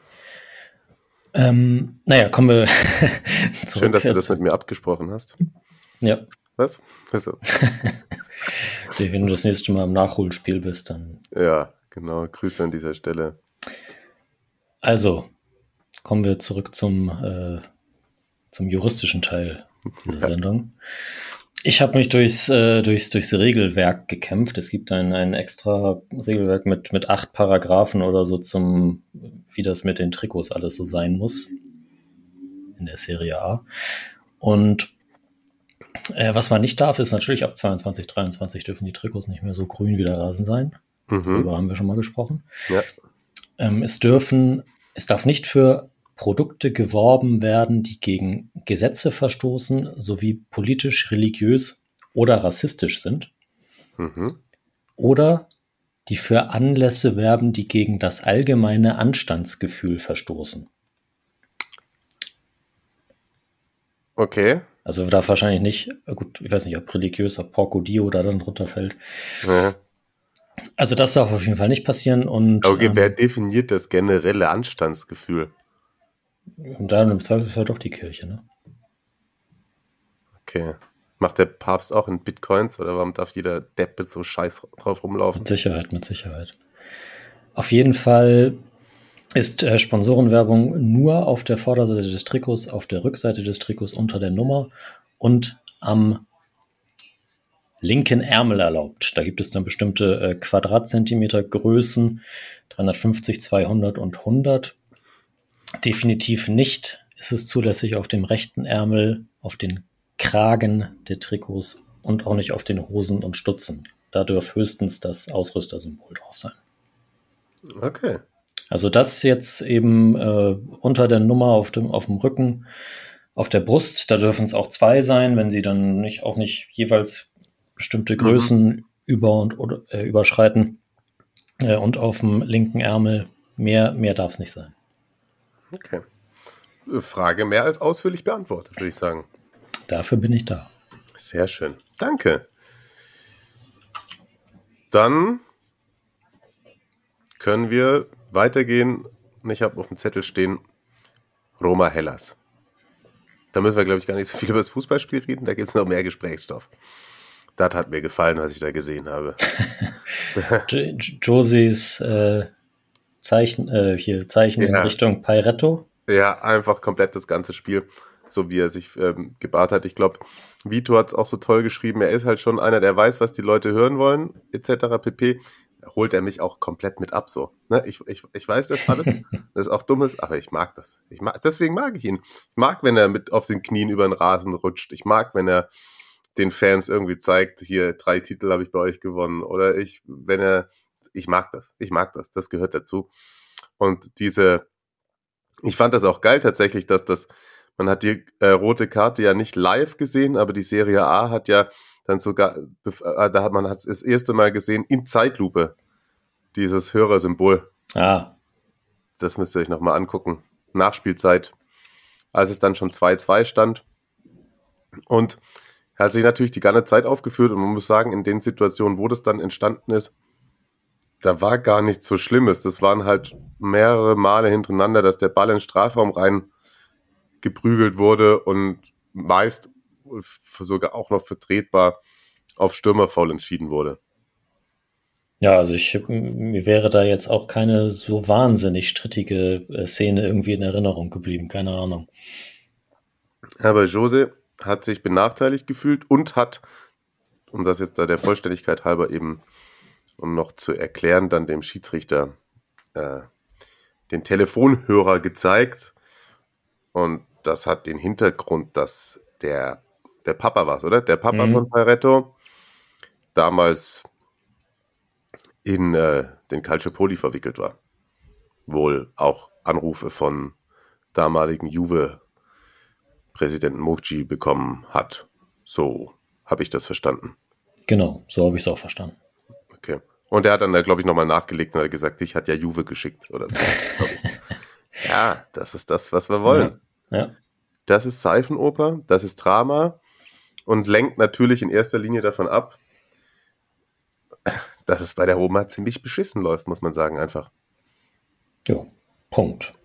Kommen wir zurück. Schön, dass du das mit mir abgesprochen hast. Ja. Was? Also. Wenn du das nächste Mal im Nachholspiel bist, dann... Ja, genau. Grüße an dieser Stelle. Also, kommen wir zurück zum juristischen Teil dieser Sendung. Ich habe mich durchs Regelwerk gekämpft. Es gibt ein extra Regelwerk mit 8 Paragraphen oder so wie das mit den Trikots alles so sein muss in der Serie A. Und was man nicht darf, ist natürlich ab 22, 23 dürfen die Trikots nicht mehr so grün wie der Rasen sein. Darüber haben wir schon mal gesprochen. Ja. Es darf nicht für Produkte geworben werden, die gegen Gesetze verstoßen, sowie politisch, religiös oder rassistisch sind. Oder die für Anlässe werben, die gegen das allgemeine Anstandsgefühl verstoßen. Okay. Also darf wahrscheinlich nicht, gut, ich weiß nicht, ob religiös, ob Porco Dio da dann drunter fällt. Ja. Also das darf auf jeden Fall nicht passieren. Und, okay, wer definiert das generelle Anstandsgefühl? Und dann im Zweifelsfall doch die Kirche, ne? Okay. Macht der Papst auch in Bitcoins oder warum darf jeder Depp mit so Scheiß drauf rumlaufen? Mit Sicherheit. Auf jeden Fall ist Sponsorenwerbung nur auf der Vorderseite des Trikots, auf der Rückseite des Trikots unter der Nummer und am linken Ärmel erlaubt. Da gibt es dann bestimmte Quadratzentimeter Größen, 350, 200 und 100. Definitiv nicht ist es zulässig auf dem rechten Ärmel, auf den Kragen der Trikots und auch nicht auf den Hosen und Stutzen. Da darf höchstens das Ausrüstersymbol drauf sein. Okay. Also das jetzt eben unter der Nummer auf dem Rücken, auf der Brust, da dürfen es auch 2 sein, wenn sie dann auch nicht jeweils bestimmte Größen überschreiten. Und auf dem linken Ärmel mehr darf es nicht sein. Okay. Frage mehr als ausführlich beantwortet, würde ich sagen. Dafür bin ich da. Sehr schön. Danke. Dann können wir weitergehen. Ich habe auf dem Zettel stehen Roma Hellas. Da müssen wir, glaube ich, gar nicht so viel über das Fußballspiel reden. Da gibt es noch mehr Gesprächsstoff. Das hat mir gefallen, was ich da gesehen habe. Joses Zeichen in Richtung Pairetto. Ja, einfach komplett das ganze Spiel, so wie er sich gebahrt hat. Ich glaube, Vito hat es auch so toll geschrieben. Er ist halt schon einer, der weiß, was die Leute hören wollen, etc. pp. Holt er mich auch komplett mit ab, so. Ne? Ich weiß das alles, das ist auch Dummes, aber ich mag das. Deswegen mag ich ihn. Ich mag, wenn er mit auf den Knien über den Rasen rutscht. Ich mag, wenn er den Fans irgendwie zeigt, hier 3 Titel habe ich bei euch gewonnen. Oder ich mag das. Das gehört dazu. Und ich fand das auch geil tatsächlich, man hat die rote Karte ja nicht live gesehen, aber die Serie A hat ja dann sogar, man hat es das erste Mal gesehen, in Zeitlupe, dieses Hörersymbol. Das müsst ihr euch nochmal angucken. Nachspielzeit, als es dann schon 2-2 stand. Und er hat sich natürlich die ganze Zeit aufgeführt und man muss sagen, in den Situationen, wo das dann entstanden ist, da war gar nichts so Schlimmes. Das waren halt mehrere Male hintereinander, dass der Ball in den Strafraum rein geprügelt wurde und meist sogar auch noch vertretbar auf Stürmerfoul entschieden wurde. Ja, also mir wäre da jetzt auch keine so wahnsinnig strittige Szene irgendwie in Erinnerung geblieben, keine Ahnung. Aber Jose hat sich benachteiligt gefühlt und hat, um das jetzt da der Vollständigkeit halber eben, um noch zu erklären, dann dem Schiedsrichter den Telefonhörer gezeigt. Und das hat den Hintergrund, dass der Papa war es, oder? Der Papa von Paretto damals in den Calciopoli verwickelt war. Wohl auch Anrufe von damaligen Juve-Präsidenten Mocci bekommen hat. So habe ich das verstanden. Genau, so habe ich es auch verstanden. Okay. Und er hat dann, glaube ich, nochmal nachgelegt und hat gesagt, dich hat ja Juve geschickt oder so, glaube ich. Ja, das ist das, was wir wollen. Ja. Das ist Seifenoper, das ist Drama und lenkt natürlich in erster Linie davon ab, dass es bei der Roma ziemlich beschissen läuft, muss man sagen, einfach. Jo, Punkt.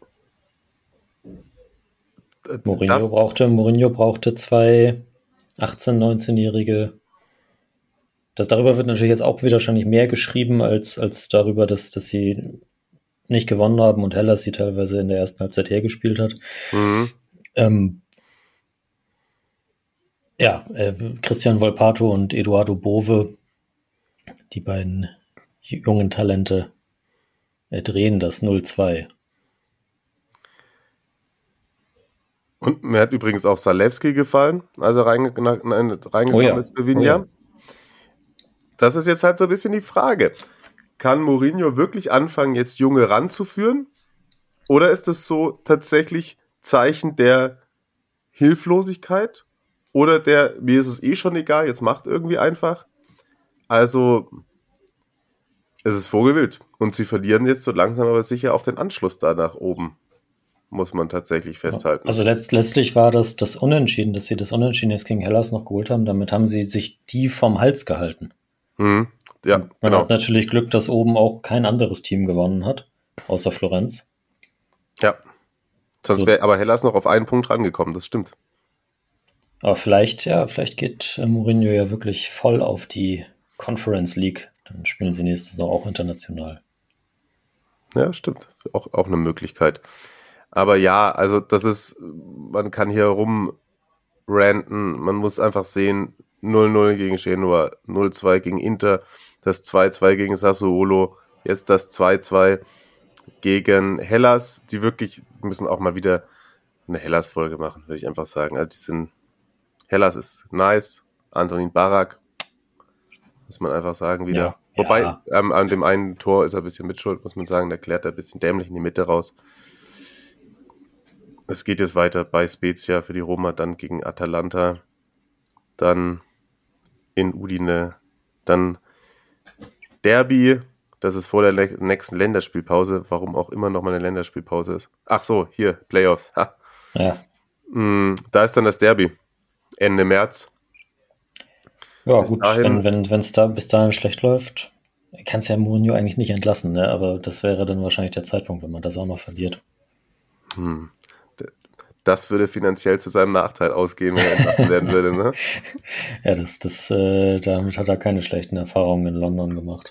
Mourinho brauchte zwei 18-, 19-Jährige. Darüber wird natürlich jetzt auch wieder wahrscheinlich mehr geschrieben, als darüber, dass sie nicht gewonnen haben und Hellas sie teilweise in der ersten Halbzeit hergespielt hat. Christian Volpato und Eduardo Bove, die beiden jungen Talente, drehen das 0-2. Und mir hat übrigens auch Zalewski gefallen, als er reingekommen ist für Vigna. Das ist jetzt halt so ein bisschen die Frage. Kann Mourinho wirklich anfangen, jetzt Junge ranzuführen? Oder ist es so tatsächlich Zeichen der Hilflosigkeit? Oder mir ist es eh schon egal, jetzt macht irgendwie einfach? Also, es ist Vogelwild. Und sie verlieren jetzt so langsam aber sicher auch den Anschluss da nach oben. Muss man tatsächlich festhalten. Also letztlich war das Unentschieden, dass sie das Unentschieden jetzt gegen Hellas noch geholt haben. Damit haben sie sich die vom Hals gehalten. Ja, man hat natürlich Glück, dass oben auch kein anderes Team gewonnen hat, außer Florenz. Ja, sonst wäre aber Hellas noch auf einen Punkt rangekommen, das stimmt. Aber vielleicht geht Mourinho ja wirklich voll auf die Conference League. Dann spielen sie nächstes Jahr auch international. Ja, stimmt. Auch eine Möglichkeit. Aber ja, also man kann hier rumranten, man muss einfach sehen, 0-0 gegen Genua, 0-2 gegen Inter, das 2-2 gegen Sassuolo, jetzt das 2-2 gegen Hellas. Die müssen auch mal wieder eine Hellas-Folge machen, würde ich einfach sagen. Also Hellas ist nice, Antonin Barak, muss man einfach sagen wieder. Ja, wobei, an dem einen Tor ist er ein bisschen mitschuld, muss man sagen, der klärt er ein bisschen dämlich in die Mitte raus. Es geht jetzt weiter bei Spezia für die Roma, dann gegen Atalanta, dann in Udine, dann Derby, das ist vor der nächsten Länderspielpause, warum auch immer nochmal eine Länderspielpause ist. Ach so, hier, Playoffs. Ha. Ja. Da ist dann das Derby, Ende März. Ja gut, wenn es da bis dahin schlecht läuft, kannst ja Mourinho eigentlich nicht entlassen, ne? Aber das wäre dann wahrscheinlich der Zeitpunkt, wenn man das auch noch verliert. Das würde finanziell zu seinem Nachteil ausgehen, wenn er entlassen werden würde, ne? Ja, damit hat er keine schlechten Erfahrungen in London gemacht.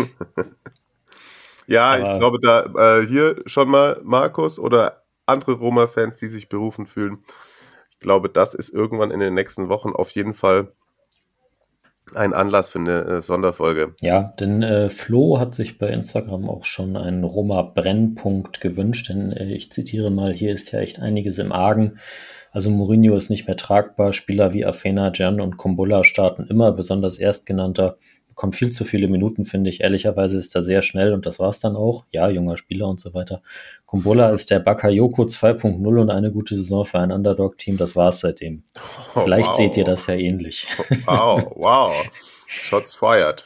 Ja, aber ich glaube, da hier schon mal Markus oder andere Roma-Fans, die sich berufen fühlen, ich glaube, das ist irgendwann in den nächsten Wochen auf jeden Fall ein Anlass für eine Sonderfolge. Ja, denn Flo hat sich bei Instagram auch schon einen Roma-Brennpunkt gewünscht, denn ich zitiere mal, hier ist ja echt einiges im Argen. Also Mourinho ist nicht mehr tragbar, Spieler wie Afena, Can und Kumbulla starten immer, besonders Erstgenannter, bekommt viel zu viele Minuten, finde ich. Ehrlicherweise ist er sehr schnell und das war's dann auch. Ja, junger Spieler und so weiter. Kumbulla ist der Bakayoko 2.0 und eine gute Saison für ein Underdog-Team, das war's seitdem. Vielleicht seht ihr das ja ähnlich. Wow. Shots fired.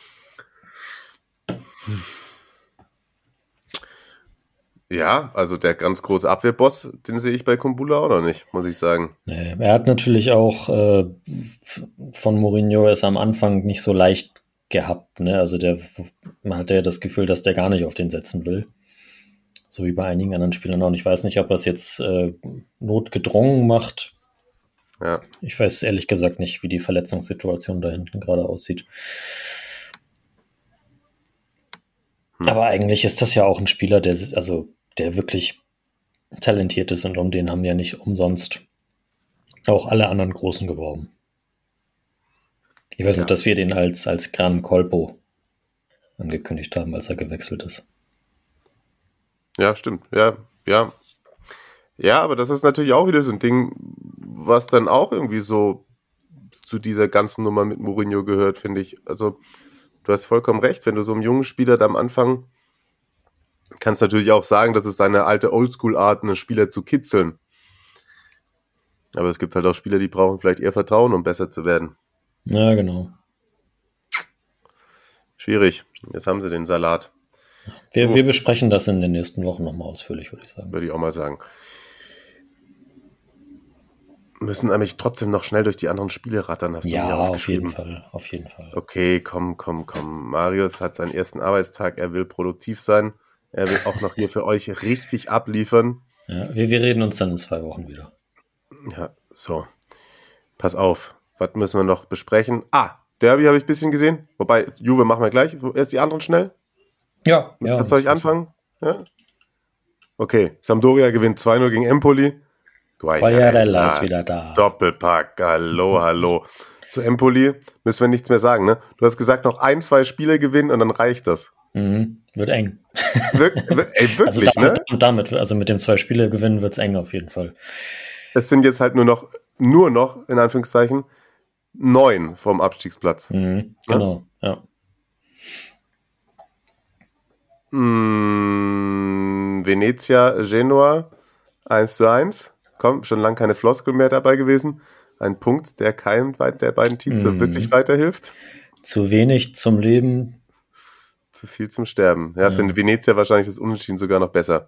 Ja, also der ganz große Abwehrboss, den sehe ich bei Kumbulla auch noch nicht, muss ich sagen. Nee, er hat natürlich auch von Mourinho es am Anfang nicht so leicht gehabt, ne? Also man hatte ja das Gefühl, dass der gar nicht auf den setzen will. So wie bei einigen anderen Spielern auch. Und ich weiß nicht, ob er es jetzt notgedrungen macht. Ja. Ich weiß ehrlich gesagt nicht, wie die Verletzungssituation da hinten gerade aussieht. Aber eigentlich ist das ja auch ein Spieler, der wirklich talentiert ist, und um den haben ja nicht umsonst auch alle anderen Großen geworben. Ich weiß noch, dass wir den als Gran Colpo angekündigt haben, als er gewechselt ist. Ja, stimmt. Ja. Ja, aber das ist natürlich auch wieder so ein Ding, was dann auch irgendwie so zu dieser ganzen Nummer mit Mourinho gehört, finde ich. Also, du hast vollkommen recht, wenn du so einem jungen Spieler da am Anfang kannst natürlich auch sagen, das ist seine alte Oldschool-Art, einen Spieler zu kitzeln. Aber es gibt halt auch Spieler, die brauchen vielleicht eher Vertrauen, um besser zu werden. Ja, genau. Schwierig. Jetzt haben sie den Salat. Wir besprechen das in den nächsten Wochen nochmal ausführlich, würde ich sagen. Würde ich auch mal sagen. Müssen nämlich trotzdem noch schnell durch die anderen Spiele rattern, hast du mir aufgeschrieben. Auf jeden Fall. Okay, komm. Marius hat seinen ersten Arbeitstag, er will produktiv sein. Er will auch noch hier für euch richtig abliefern. Ja, wir reden uns dann in 2 Wochen wieder. Ja, so. Pass auf, was müssen wir noch besprechen? Derby habe ich ein bisschen gesehen. Wobei, Juve machen wir gleich. Erst die anderen schnell. Ja. Was soll ich anfangen? Ja? Okay, Sampdoria gewinnt 2-0 gegen Empoli. Quagliarella ist wieder da. Doppelpack, hallo. Zu Empoli müssen wir nichts mehr sagen, ne? Du hast gesagt, noch 1-2 Spiele gewinnen und dann reicht das. Wird eng. Wirklich, also damit, also mit dem 2 Spiele gewinnen wird es eng auf jeden Fall. Es sind jetzt halt nur noch, in Anführungszeichen, 9 vom Abstiegsplatz. Genau, ja. Venezia, Genoa, 1-1. Komm, schon lange keine Floskel mehr dabei gewesen. Ein Punkt, der keinem der beiden Teams so wirklich weiterhilft. Zu wenig zum Leben. Zu viel zum Sterben. Ja, finde Venezia wahrscheinlich das Unentschieden sogar noch besser.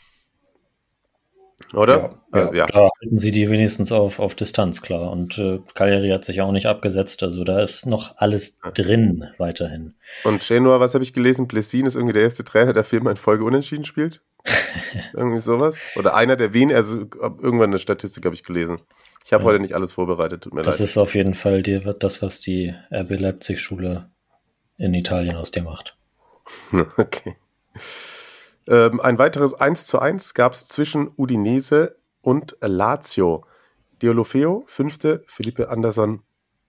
Oder? Ja. Da halten sie die wenigstens auf Distanz, klar. Und Cagliari hat sich auch nicht abgesetzt. Also da ist noch alles drin weiterhin. Und Genoa, was habe ich gelesen? Blessin ist irgendwie der erste Trainer, der 4-mal in Folge unentschieden spielt. Irgendwie sowas. Oder einer der wenigen, also irgendwann eine Statistik habe ich gelesen. Ich habe heute nicht alles vorbereitet, tut mir leid. Das ist auf jeden Fall das, was die RB Leipzig-Schule in Italien aus dir macht. Okay. Ein weiteres 1:1 gab es zwischen Udinese und Lazio. Deulofeu, 5., Felipe Anderson,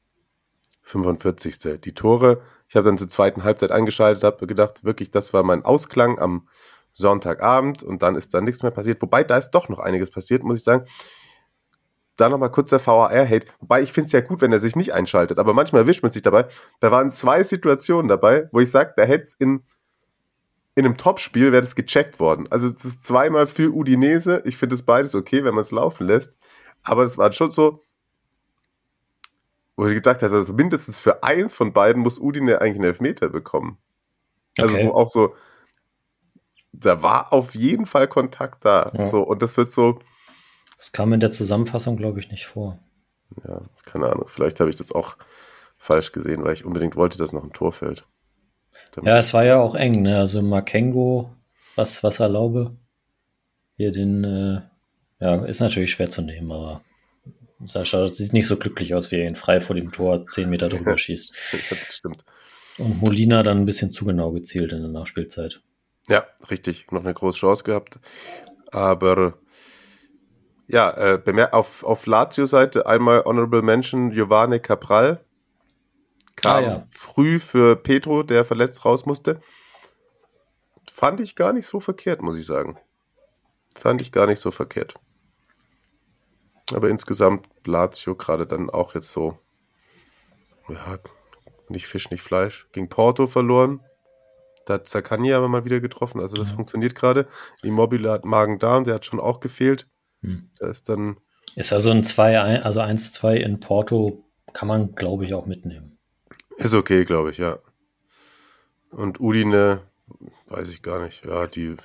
45. Die Tore, ich habe dann zur zweiten Halbzeit eingeschaltet, habe gedacht, wirklich, das war mein Ausklang am Sonntagabend und dann ist da nichts mehr passiert. Wobei, da ist doch noch einiges passiert, muss ich sagen. Da nochmal kurz der VAR-Hate. Wobei, ich finde es ja gut, wenn er sich nicht einschaltet, aber manchmal erwischt man sich dabei. Da waren 2 Situationen dabei, wo ich sage, da hätte es in einem Topspiel wäre das gecheckt worden. Also das ist 2-mal für Udinese. Ich finde es beides okay, wenn man es laufen lässt. Aber das war schon so, wo ich gedacht habe, also mindestens für 1 von beiden muss Udine eigentlich einen Elfmeter bekommen. Also wo auch so, da war auf jeden Fall Kontakt da. Ja. So, und das wird so. Das kam in der Zusammenfassung, glaube ich, nicht vor. Ja, keine Ahnung. Vielleicht habe ich das auch falsch gesehen, weil ich unbedingt wollte, dass noch ein Tor fällt. Ja, es war ja auch eng, ne? Also Makengo, was erlaube. Hier ist natürlich schwer zu nehmen, aber Sascha sieht nicht so glücklich aus, wie er ihn frei vor dem Tor 10 Meter drüber schießt. Das stimmt. Und Molina dann ein bisschen zu genau gezielt in der Nachspielzeit. Ja, richtig. Noch eine große Chance gehabt. Aber ja, auf Lazio-Seite einmal Honorable Mention Giovanni Cabral. Kam früh für Pedro, der verletzt raus musste. Fand ich gar nicht so verkehrt, muss ich sagen. Aber insgesamt Lazio gerade dann auch jetzt so, ja, nicht Fisch, nicht Fleisch. Gegen Porto verloren. Da hat Zaccagni aber mal wieder getroffen. Also das funktioniert gerade. Immobile hat Magen-Darm, der hat schon auch gefehlt. Da ist dann... Ist also ein 2-1, also 1-2 in Porto kann man, glaube ich, auch mitnehmen. Ist okay, glaube ich, ja. Und Udine, weiß ich gar nicht. Ja,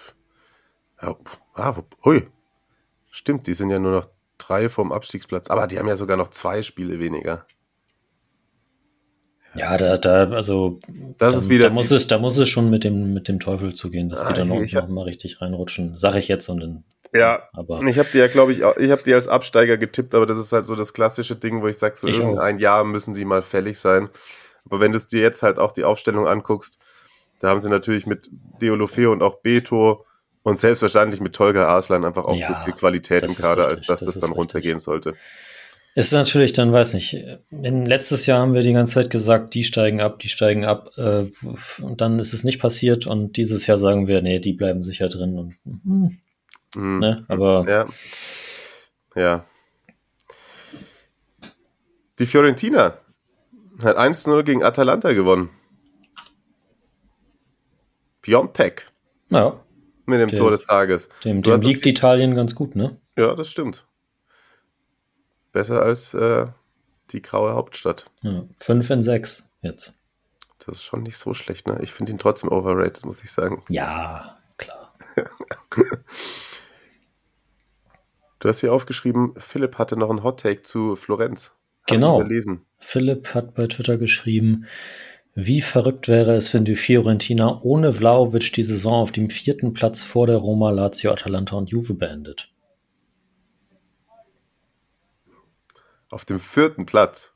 stimmt, die sind ja nur noch 3 vom Abstiegsplatz. Aber die haben ja sogar noch 2 Spiele weniger. Ja, also Das ist wieder da muss es schon mit dem Teufel zugehen, dass die dann noch mal richtig reinrutschen. Sag ich jetzt und dann. Ja, aber ich habe die ja, glaube ich, ich habe die als Absteiger getippt, aber das ist halt so das klassische Ding, wo ich sage, so irgendein Jahr müssen sie mal fällig sein. Aber wenn du es dir jetzt halt auch die Aufstellung anguckst, da haben sie natürlich mit Deulofeu und auch Beto und selbstverständlich mit Tolga Arslan einfach auch zu viel Qualität im Kader, als dass das dann runtergehen sollte. Ist natürlich dann, weiß nicht, letztes Jahr haben wir die ganze Zeit gesagt, die steigen ab, und dann ist es nicht passiert und dieses Jahr sagen wir, nee, die bleiben sicher drin und ne, aber ja. Die Fiorentina hat 1-0 gegen Atalanta gewonnen. Piontek. Ja. Mit dem Tor des Tages. Dem liegt Italien ganz gut, ne? Ja, das stimmt. Besser als die graue Hauptstadt. Ja, 5-6 jetzt. Das ist schon nicht so schlecht, ne? Ich finde ihn trotzdem overrated, muss ich sagen. Ja, klar. Du hast hier aufgeschrieben, Philipp hatte noch einen Hottake zu Florenz. Genau. Philipp hat bei Twitter geschrieben, wie verrückt wäre es, wenn die Fiorentina ohne Vlahovic die Saison auf dem 4. Platz vor der Roma, Lazio, Atalanta und Juve beendet. Auf dem 4. Platz?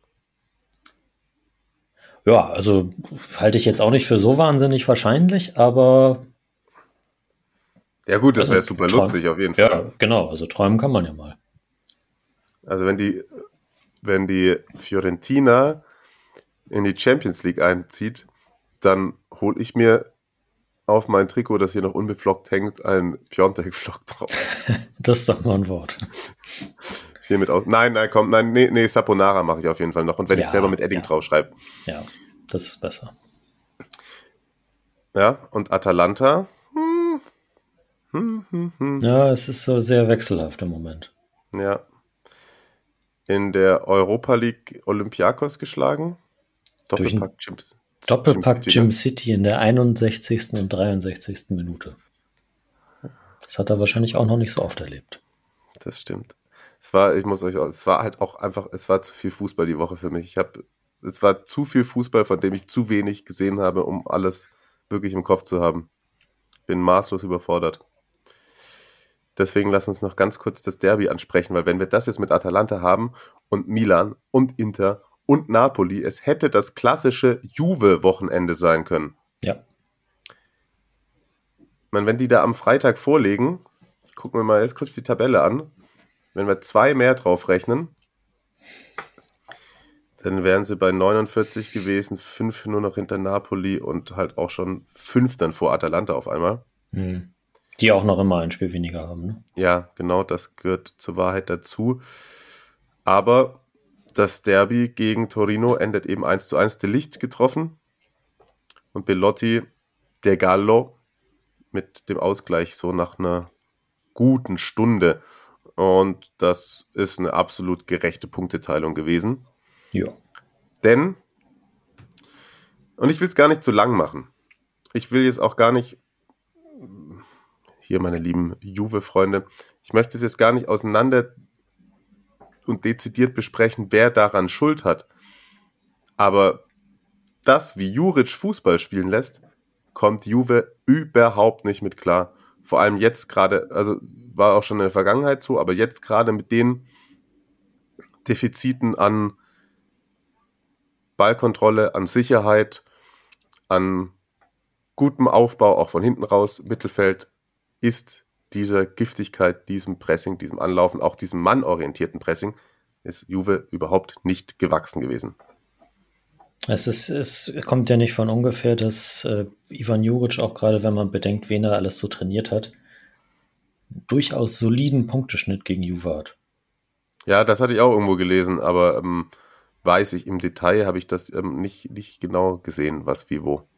Ja, also halte ich jetzt auch nicht für so wahnsinnig wahrscheinlich, aber ja gut, das wäre super lustig auf jeden Fall. Ja, genau, also träumen kann man ja mal. Also wenn die Fiorentina in die Champions League einzieht, dann hole ich mir auf mein Trikot, das hier noch unbeflockt hängt, einen Piontek-Flock drauf. Das ist doch mal ein Wort. Hiermit aus. Nein, Saponara mache ich auf jeden Fall noch. Und wenn ich selber mit Edding drauf schreibe. Ja, das ist besser. Ja, und Atalanta? Ja, es ist so sehr wechselhaft im Moment. Ja. In der Europa League Olympiakos geschlagen. Doppelpack Jim City in der 61. und 63. Minute. Das hat er wahrscheinlich auch noch nicht so oft erlebt. Das stimmt. Es war zu viel Fußball die Woche für mich. Es war zu viel Fußball, von dem ich zu wenig gesehen habe, um alles wirklich im Kopf zu haben. Bin maßlos überfordert. Deswegen lass uns noch ganz kurz das Derby ansprechen, weil wenn wir das jetzt mit Atalanta haben und Milan und Inter und Napoli, es hätte das klassische Juve-Wochenende sein können. Ja. Wenn die da am Freitag vorlegen, gucken wir mal jetzt kurz die Tabelle an, wenn wir 2 mehr drauf rechnen, dann wären sie bei 49 gewesen, 5 nur noch hinter Napoli und halt auch schon 5 dann vor Atalanta auf einmal. Die auch noch immer ein Spiel weniger haben, ne? Ja, genau, das gehört zur Wahrheit dazu. Aber das Derby gegen Torino endet eben 1:1, De Ligt getroffen und Belotti, der Gallo, mit dem Ausgleich so nach einer guten Stunde. Und das ist eine absolut gerechte Punkteteilung gewesen. Ja. Denn, und ich will es gar nicht zu lang machen. Ich will jetzt auch gar nicht, hier meine lieben Juve-Freunde, ich möchte es jetzt gar nicht auseinander und dezidiert besprechen, wer daran Schuld hat. Aber das, wie Juric Fußball spielen lässt, kommt Juve überhaupt nicht mit klar. Vor allem jetzt gerade, also war auch schon in der Vergangenheit so, aber jetzt gerade mit den Defiziten an Ballkontrolle, an Sicherheit, an gutem Aufbau, auch von hinten raus, Mittelfeld, ist dieser Giftigkeit, diesem Pressing, diesem Anlaufen, auch diesem mannorientierten Pressing, ist Juve überhaupt nicht gewachsen gewesen. Es kommt ja nicht von ungefähr, dass Ivan Juric, auch gerade wenn man bedenkt, wen er alles so trainiert hat, durchaus soliden Punkteschnitt gegen Juve hat. Ja, das hatte ich auch irgendwo gelesen, aber weiß ich im Detail, habe ich das nicht genau gesehen, was wie wo.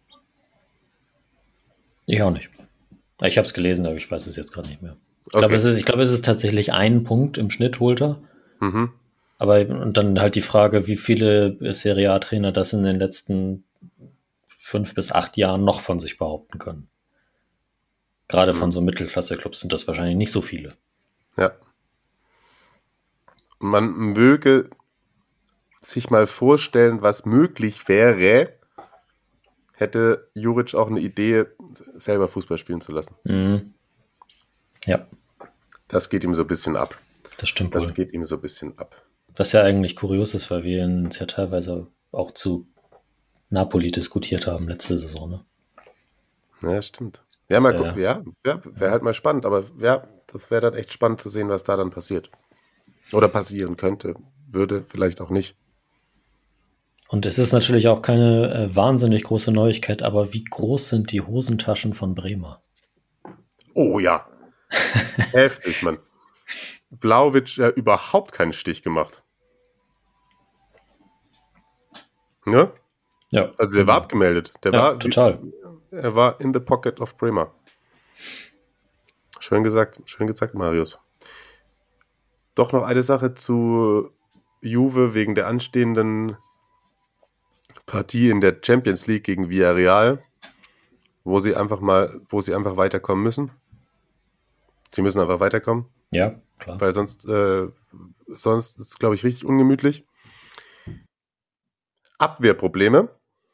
Ich auch nicht. Ich habe es gelesen, aber ich weiß es jetzt gerade nicht mehr. Ich glaube, es ist tatsächlich 1 Punkt im Schnitt holt er. Mhm. Aber und dann halt die Frage, wie viele Serie A-Trainer das in den letzten 5 bis 8 Jahren noch von sich behaupten können. Gerade von so Mittelklasse-Clubs sind das wahrscheinlich nicht so viele. Ja. Man möge sich mal vorstellen, was möglich wäre, hätte Juric auch eine Idee, selber Fußball spielen zu lassen. Mhm. Ja. Das geht ihm so ein bisschen ab. Das stimmt wohl. Das geht ihm so ein bisschen ab. Was ja eigentlich kurios ist, weil wir uns ja teilweise auch zu Napoli diskutiert haben letzte Saison, ne? Ja, stimmt. Ja, mal gucken. Ja, wäre halt mal spannend. Aber ja, das wäre dann echt spannend zu sehen, was da dann passiert. Oder passieren könnte. Würde, vielleicht auch nicht. Und es ist natürlich auch keine wahnsinnig große Neuigkeit, aber wie groß sind die Hosentaschen von Bremer? Oh ja. Heftig, Mann. Vlahovic ja überhaupt keinen Stich gemacht. Ne? Ja. Also der war abgemeldet. Der ja, war total. Er war in the pocket of Bremer. Schön gesagt, Marius. Doch noch eine Sache zu Juve wegen der anstehenden Partie in der Champions League gegen Villarreal, wo sie einfach weiterkommen müssen. Sie müssen einfach weiterkommen. Ja, klar. Weil sonst ist es, glaube ich, richtig ungemütlich. Abwehrprobleme.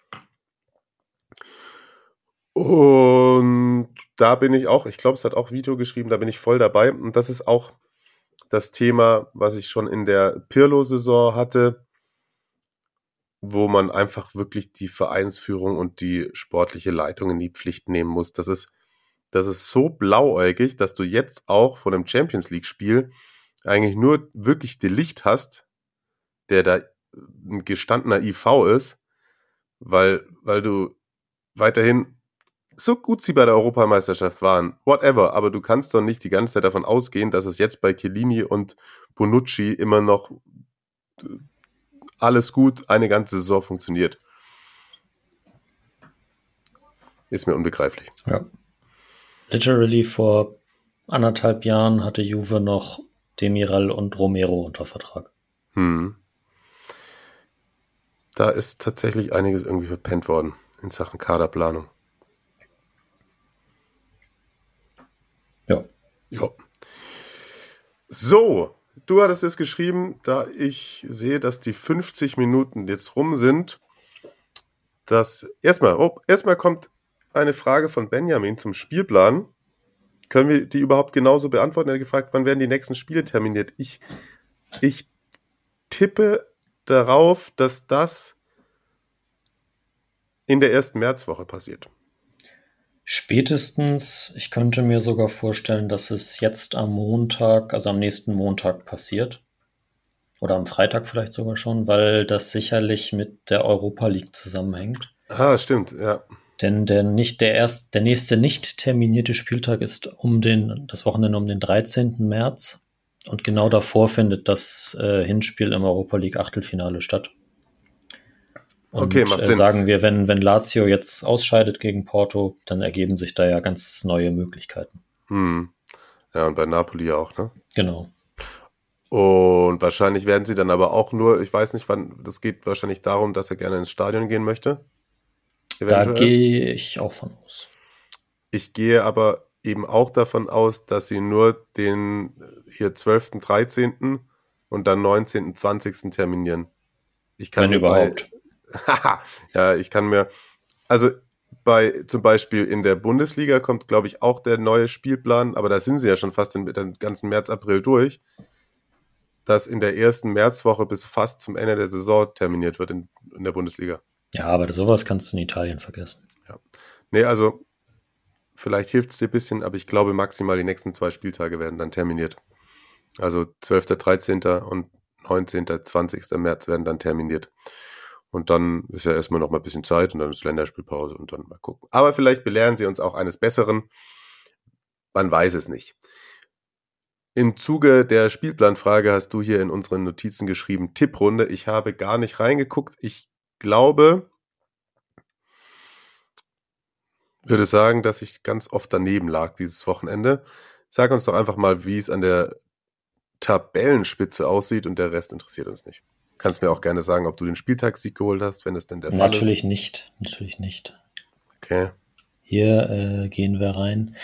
Und da bin ich auch, ich glaube, es hat auch Vito geschrieben, da bin ich voll dabei. Und das ist auch das Thema, was ich schon in der Pirlo-Saison hatte, wo man einfach wirklich die Vereinsführung und die sportliche Leitung in die Pflicht nehmen muss. Das ist so blauäugig, dass du jetzt auch vor einem Champions-League-Spiel eigentlich nur wirklich De Ligt hast, der da ein gestandener IV ist, weil du weiterhin, so gut sie bei der Europameisterschaft waren, whatever, aber du kannst doch nicht die ganze Zeit davon ausgehen, dass es jetzt bei Chiellini und Bonucci immer noch alles gut eine ganze Saison funktioniert. Ist mir unbegreiflich. Ja. Literally vor 1,5 Jahren hatte Juve noch Demiral und Romero unter Vertrag. Da ist tatsächlich einiges irgendwie verpennt worden in Sachen Kaderplanung. Ja. So, du hattest es geschrieben, da ich sehe, dass die 50 Minuten jetzt rum sind. Erstmal kommt eine Frage von Benjamin zum Spielplan. Können wir die überhaupt genauso beantworten? Er hat gefragt, wann werden die nächsten Spiele terminiert? Ich tippe darauf, dass das in der ersten Märzwoche passiert. Spätestens, ich könnte mir sogar vorstellen, dass es jetzt am Montag, also am nächsten Montag passiert. Oder am Freitag vielleicht sogar schon, weil das sicherlich mit der Europa League zusammenhängt. Ah, stimmt, ja. Denn der nächste nicht terminierte Spieltag ist das Wochenende um den 13. März. Und genau davor findet das Hinspiel im Europa League Achtelfinale statt. Und okay, macht Sinn. Sagen wir, wenn Lazio jetzt ausscheidet gegen Porto, dann ergeben sich da ja ganz neue Möglichkeiten. Ja, und bei Napoli auch, ne? Genau. Und wahrscheinlich werden sie dann aber auch nur, ich weiß nicht wann, das geht wahrscheinlich darum, dass er gerne ins Stadion gehen möchte. Eventuell. Da gehe ich auch von aus. Ich gehe aber eben auch davon aus, dass sie nur den hier 12., 13. und dann 19., 20. terminieren. Wenn überhaupt. Ja, ich kann mir, also zum Beispiel in der Bundesliga kommt, glaube ich, auch der neue Spielplan, aber da sind sie ja schon fast den ganzen März, April durch, dass in der ersten Märzwoche bis fast zum Ende der Saison terminiert wird in der Bundesliga. Ja, aber sowas kannst du in Italien vergessen. Ja. Nee, also vielleicht hilft es dir ein bisschen, aber ich glaube maximal die nächsten 2 Spieltage werden dann terminiert. Also 12., 13. und 19., 20. März werden dann terminiert. Und dann ist ja erstmal noch mal ein bisschen Zeit und dann ist Länderspielpause und dann mal gucken. Aber vielleicht belehren sie uns auch eines Besseren. Man weiß es nicht. Im Zuge der Spielplanfrage hast du hier in unseren Notizen geschrieben, Tipprunde. Ich habe gar nicht reingeguckt. Ich glaube, würde sagen, dass ich ganz oft daneben lag dieses Wochenende. Sag uns doch einfach mal, wie es an der Tabellenspitze aussieht und der Rest interessiert uns nicht. Kannst mir auch gerne sagen, ob du den Spieltagssieg geholt hast, wenn es denn der Fall ist. Natürlich nicht. Okay. Hier gehen wir rein.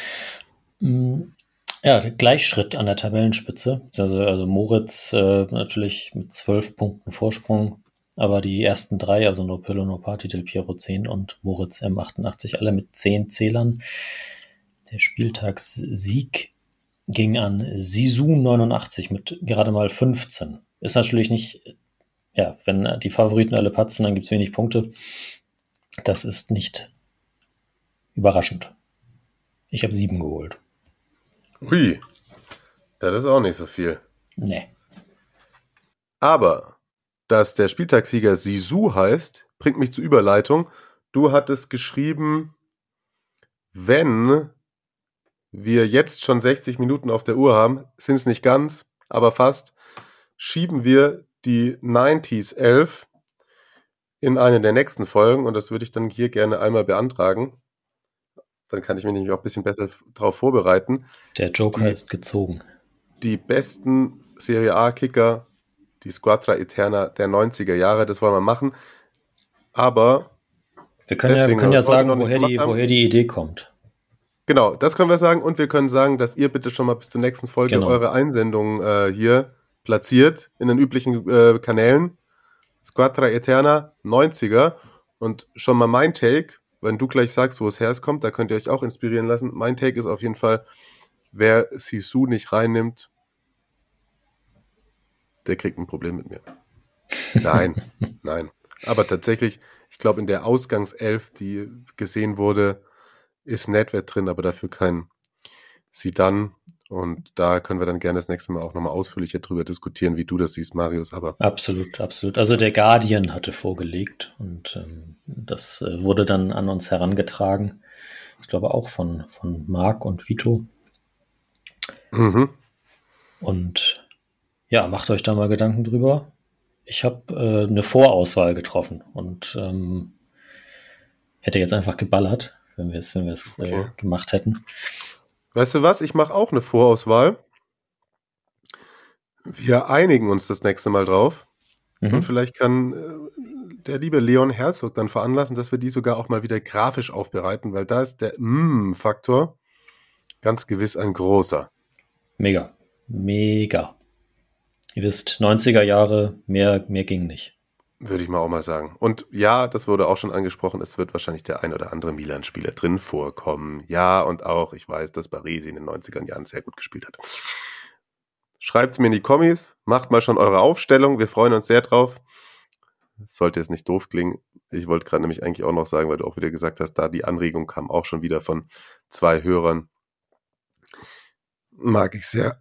Ja, Gleichschritt an der Tabellenspitze. Also Moritz natürlich mit 12 Punkten Vorsprung Aber die ersten 3, also No Pillow, No Party, Del Piero 10 und Moritz M88, alle mit 10 Zählern. Der Spieltagssieg ging an Sisu 89 mit gerade mal 15. Ist natürlich nicht, ja, wenn die Favoriten alle patzen, dann gibt es wenig Punkte. Das ist nicht überraschend. Ich habe 7 geholt. Ui, das ist auch nicht so viel. Nee. Aber, dass der Spieltagssieger Sisu heißt, bringt mich zur Überleitung. Du hattest geschrieben, wenn wir jetzt schon 60 Minuten auf der Uhr haben, sind es nicht ganz, aber fast, schieben wir die 90s 11 in eine der nächsten Folgen und das würde ich dann hier gerne einmal beantragen. Dann kann ich mich nämlich auch ein bisschen besser darauf vorbereiten. Der Joker ist gezogen. Die besten Serie A-Kicker, die Squadra Eterna der 90er Jahre, das wollen wir machen. Aber wir können ja sagen, woher die Idee kommt. Genau, das können wir sagen. Und wir können sagen, dass ihr bitte schon mal bis zur nächsten Folge eure Einsendungen hier platziert in den üblichen Kanälen. Squadra Eterna 90er. Und schon mal mein Take, wenn du gleich sagst, wo es herkommt, da könnt ihr euch auch inspirieren lassen. Mein Take ist auf jeden Fall, wer Sisu nicht reinnimmt, der kriegt ein Problem mit mir. Nein. Aber tatsächlich, ich glaube, in der Ausgangself, die gesehen wurde, ist Nedved drin, aber dafür kein Zidane. Und da können wir dann gerne das nächste Mal auch nochmal ausführlicher drüber diskutieren, wie du das siehst, Marius. Aber absolut. Also der Guardian hatte vorgelegt und das wurde dann an uns herangetragen. Ich glaube auch von Marc und Vito. Mhm. Und ja, macht euch da mal Gedanken drüber. Ich habe eine Vorauswahl getroffen und hätte jetzt einfach geballert, wenn wir es gemacht hätten. Weißt du was? Ich mache auch eine Vorauswahl. Wir einigen uns das nächste Mal drauf. Und vielleicht kann der liebe Leon Herzog dann veranlassen, dass wir die sogar auch mal wieder grafisch aufbereiten, weil da ist der Faktor ganz gewiss ein großer. Mega. Ihr wisst, 90er Jahre, mehr ging nicht. Würde ich mal auch mal sagen. Und ja, das wurde auch schon angesprochen, es wird wahrscheinlich der ein oder andere Milan-Spieler drin vorkommen. Ja, und auch, ich weiß, dass Baresi in den 90er Jahren sehr gut gespielt hat. Schreibt es mir in die Kommis, macht mal schon eure Aufstellung, wir freuen uns sehr drauf. Sollte es nicht doof klingen. Ich wollte gerade nämlich eigentlich auch noch sagen, weil du auch wieder gesagt hast, da die Anregung kam auch schon wieder von 2 Hörern. Mag ich sehr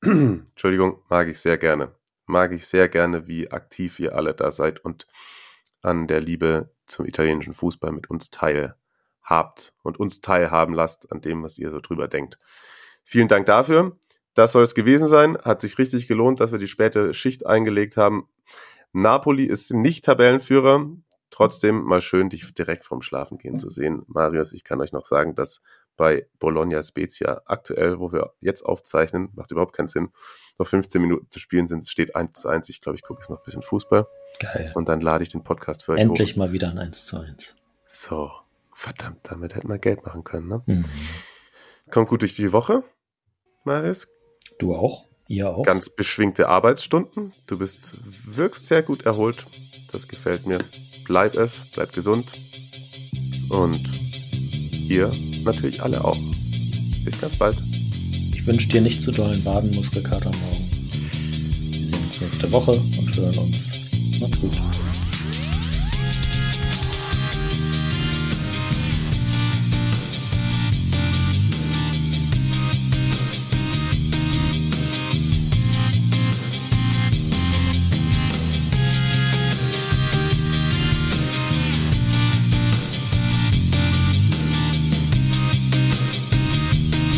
gerne. Mag ich sehr gerne, wie aktiv ihr alle da seid und an der Liebe zum italienischen Fußball mit uns teilhabt und uns teilhaben lasst an dem, was ihr so drüber denkt. Vielen Dank dafür. Das soll es gewesen sein. Hat sich richtig gelohnt, dass wir die späte Schicht eingelegt haben. Napoli ist nicht Tabellenführer. Trotzdem mal schön, dich direkt vorm Schlafen gehen zu sehen. Marius, ich kann euch noch sagen, dass bei Bologna Spezia aktuell, wo wir jetzt aufzeichnen, macht überhaupt keinen Sinn, noch 15 Minuten zu spielen sind. Es steht 1:1. Ich glaube, ich gucke jetzt noch ein bisschen Fußball. Geil. Und dann lade ich den Podcast für euch Endlich hoch. Mal wieder ein 1:1. So, verdammt, damit hätten wir Geld machen können, ne? Kommt gut durch die Woche, Marius. Du auch? Ihr auch? Ganz beschwingte Arbeitsstunden. Du wirkst sehr gut erholt. Das gefällt mir. Bleib gesund. Und ihr natürlich alle auch. Bis ganz bald. Ich wünsche dir nicht zu dollen Wadenmuskelkater morgen. Wir sehen uns nächste Woche und hören uns. Macht's gut.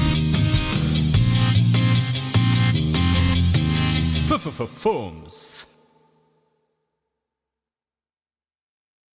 Fums.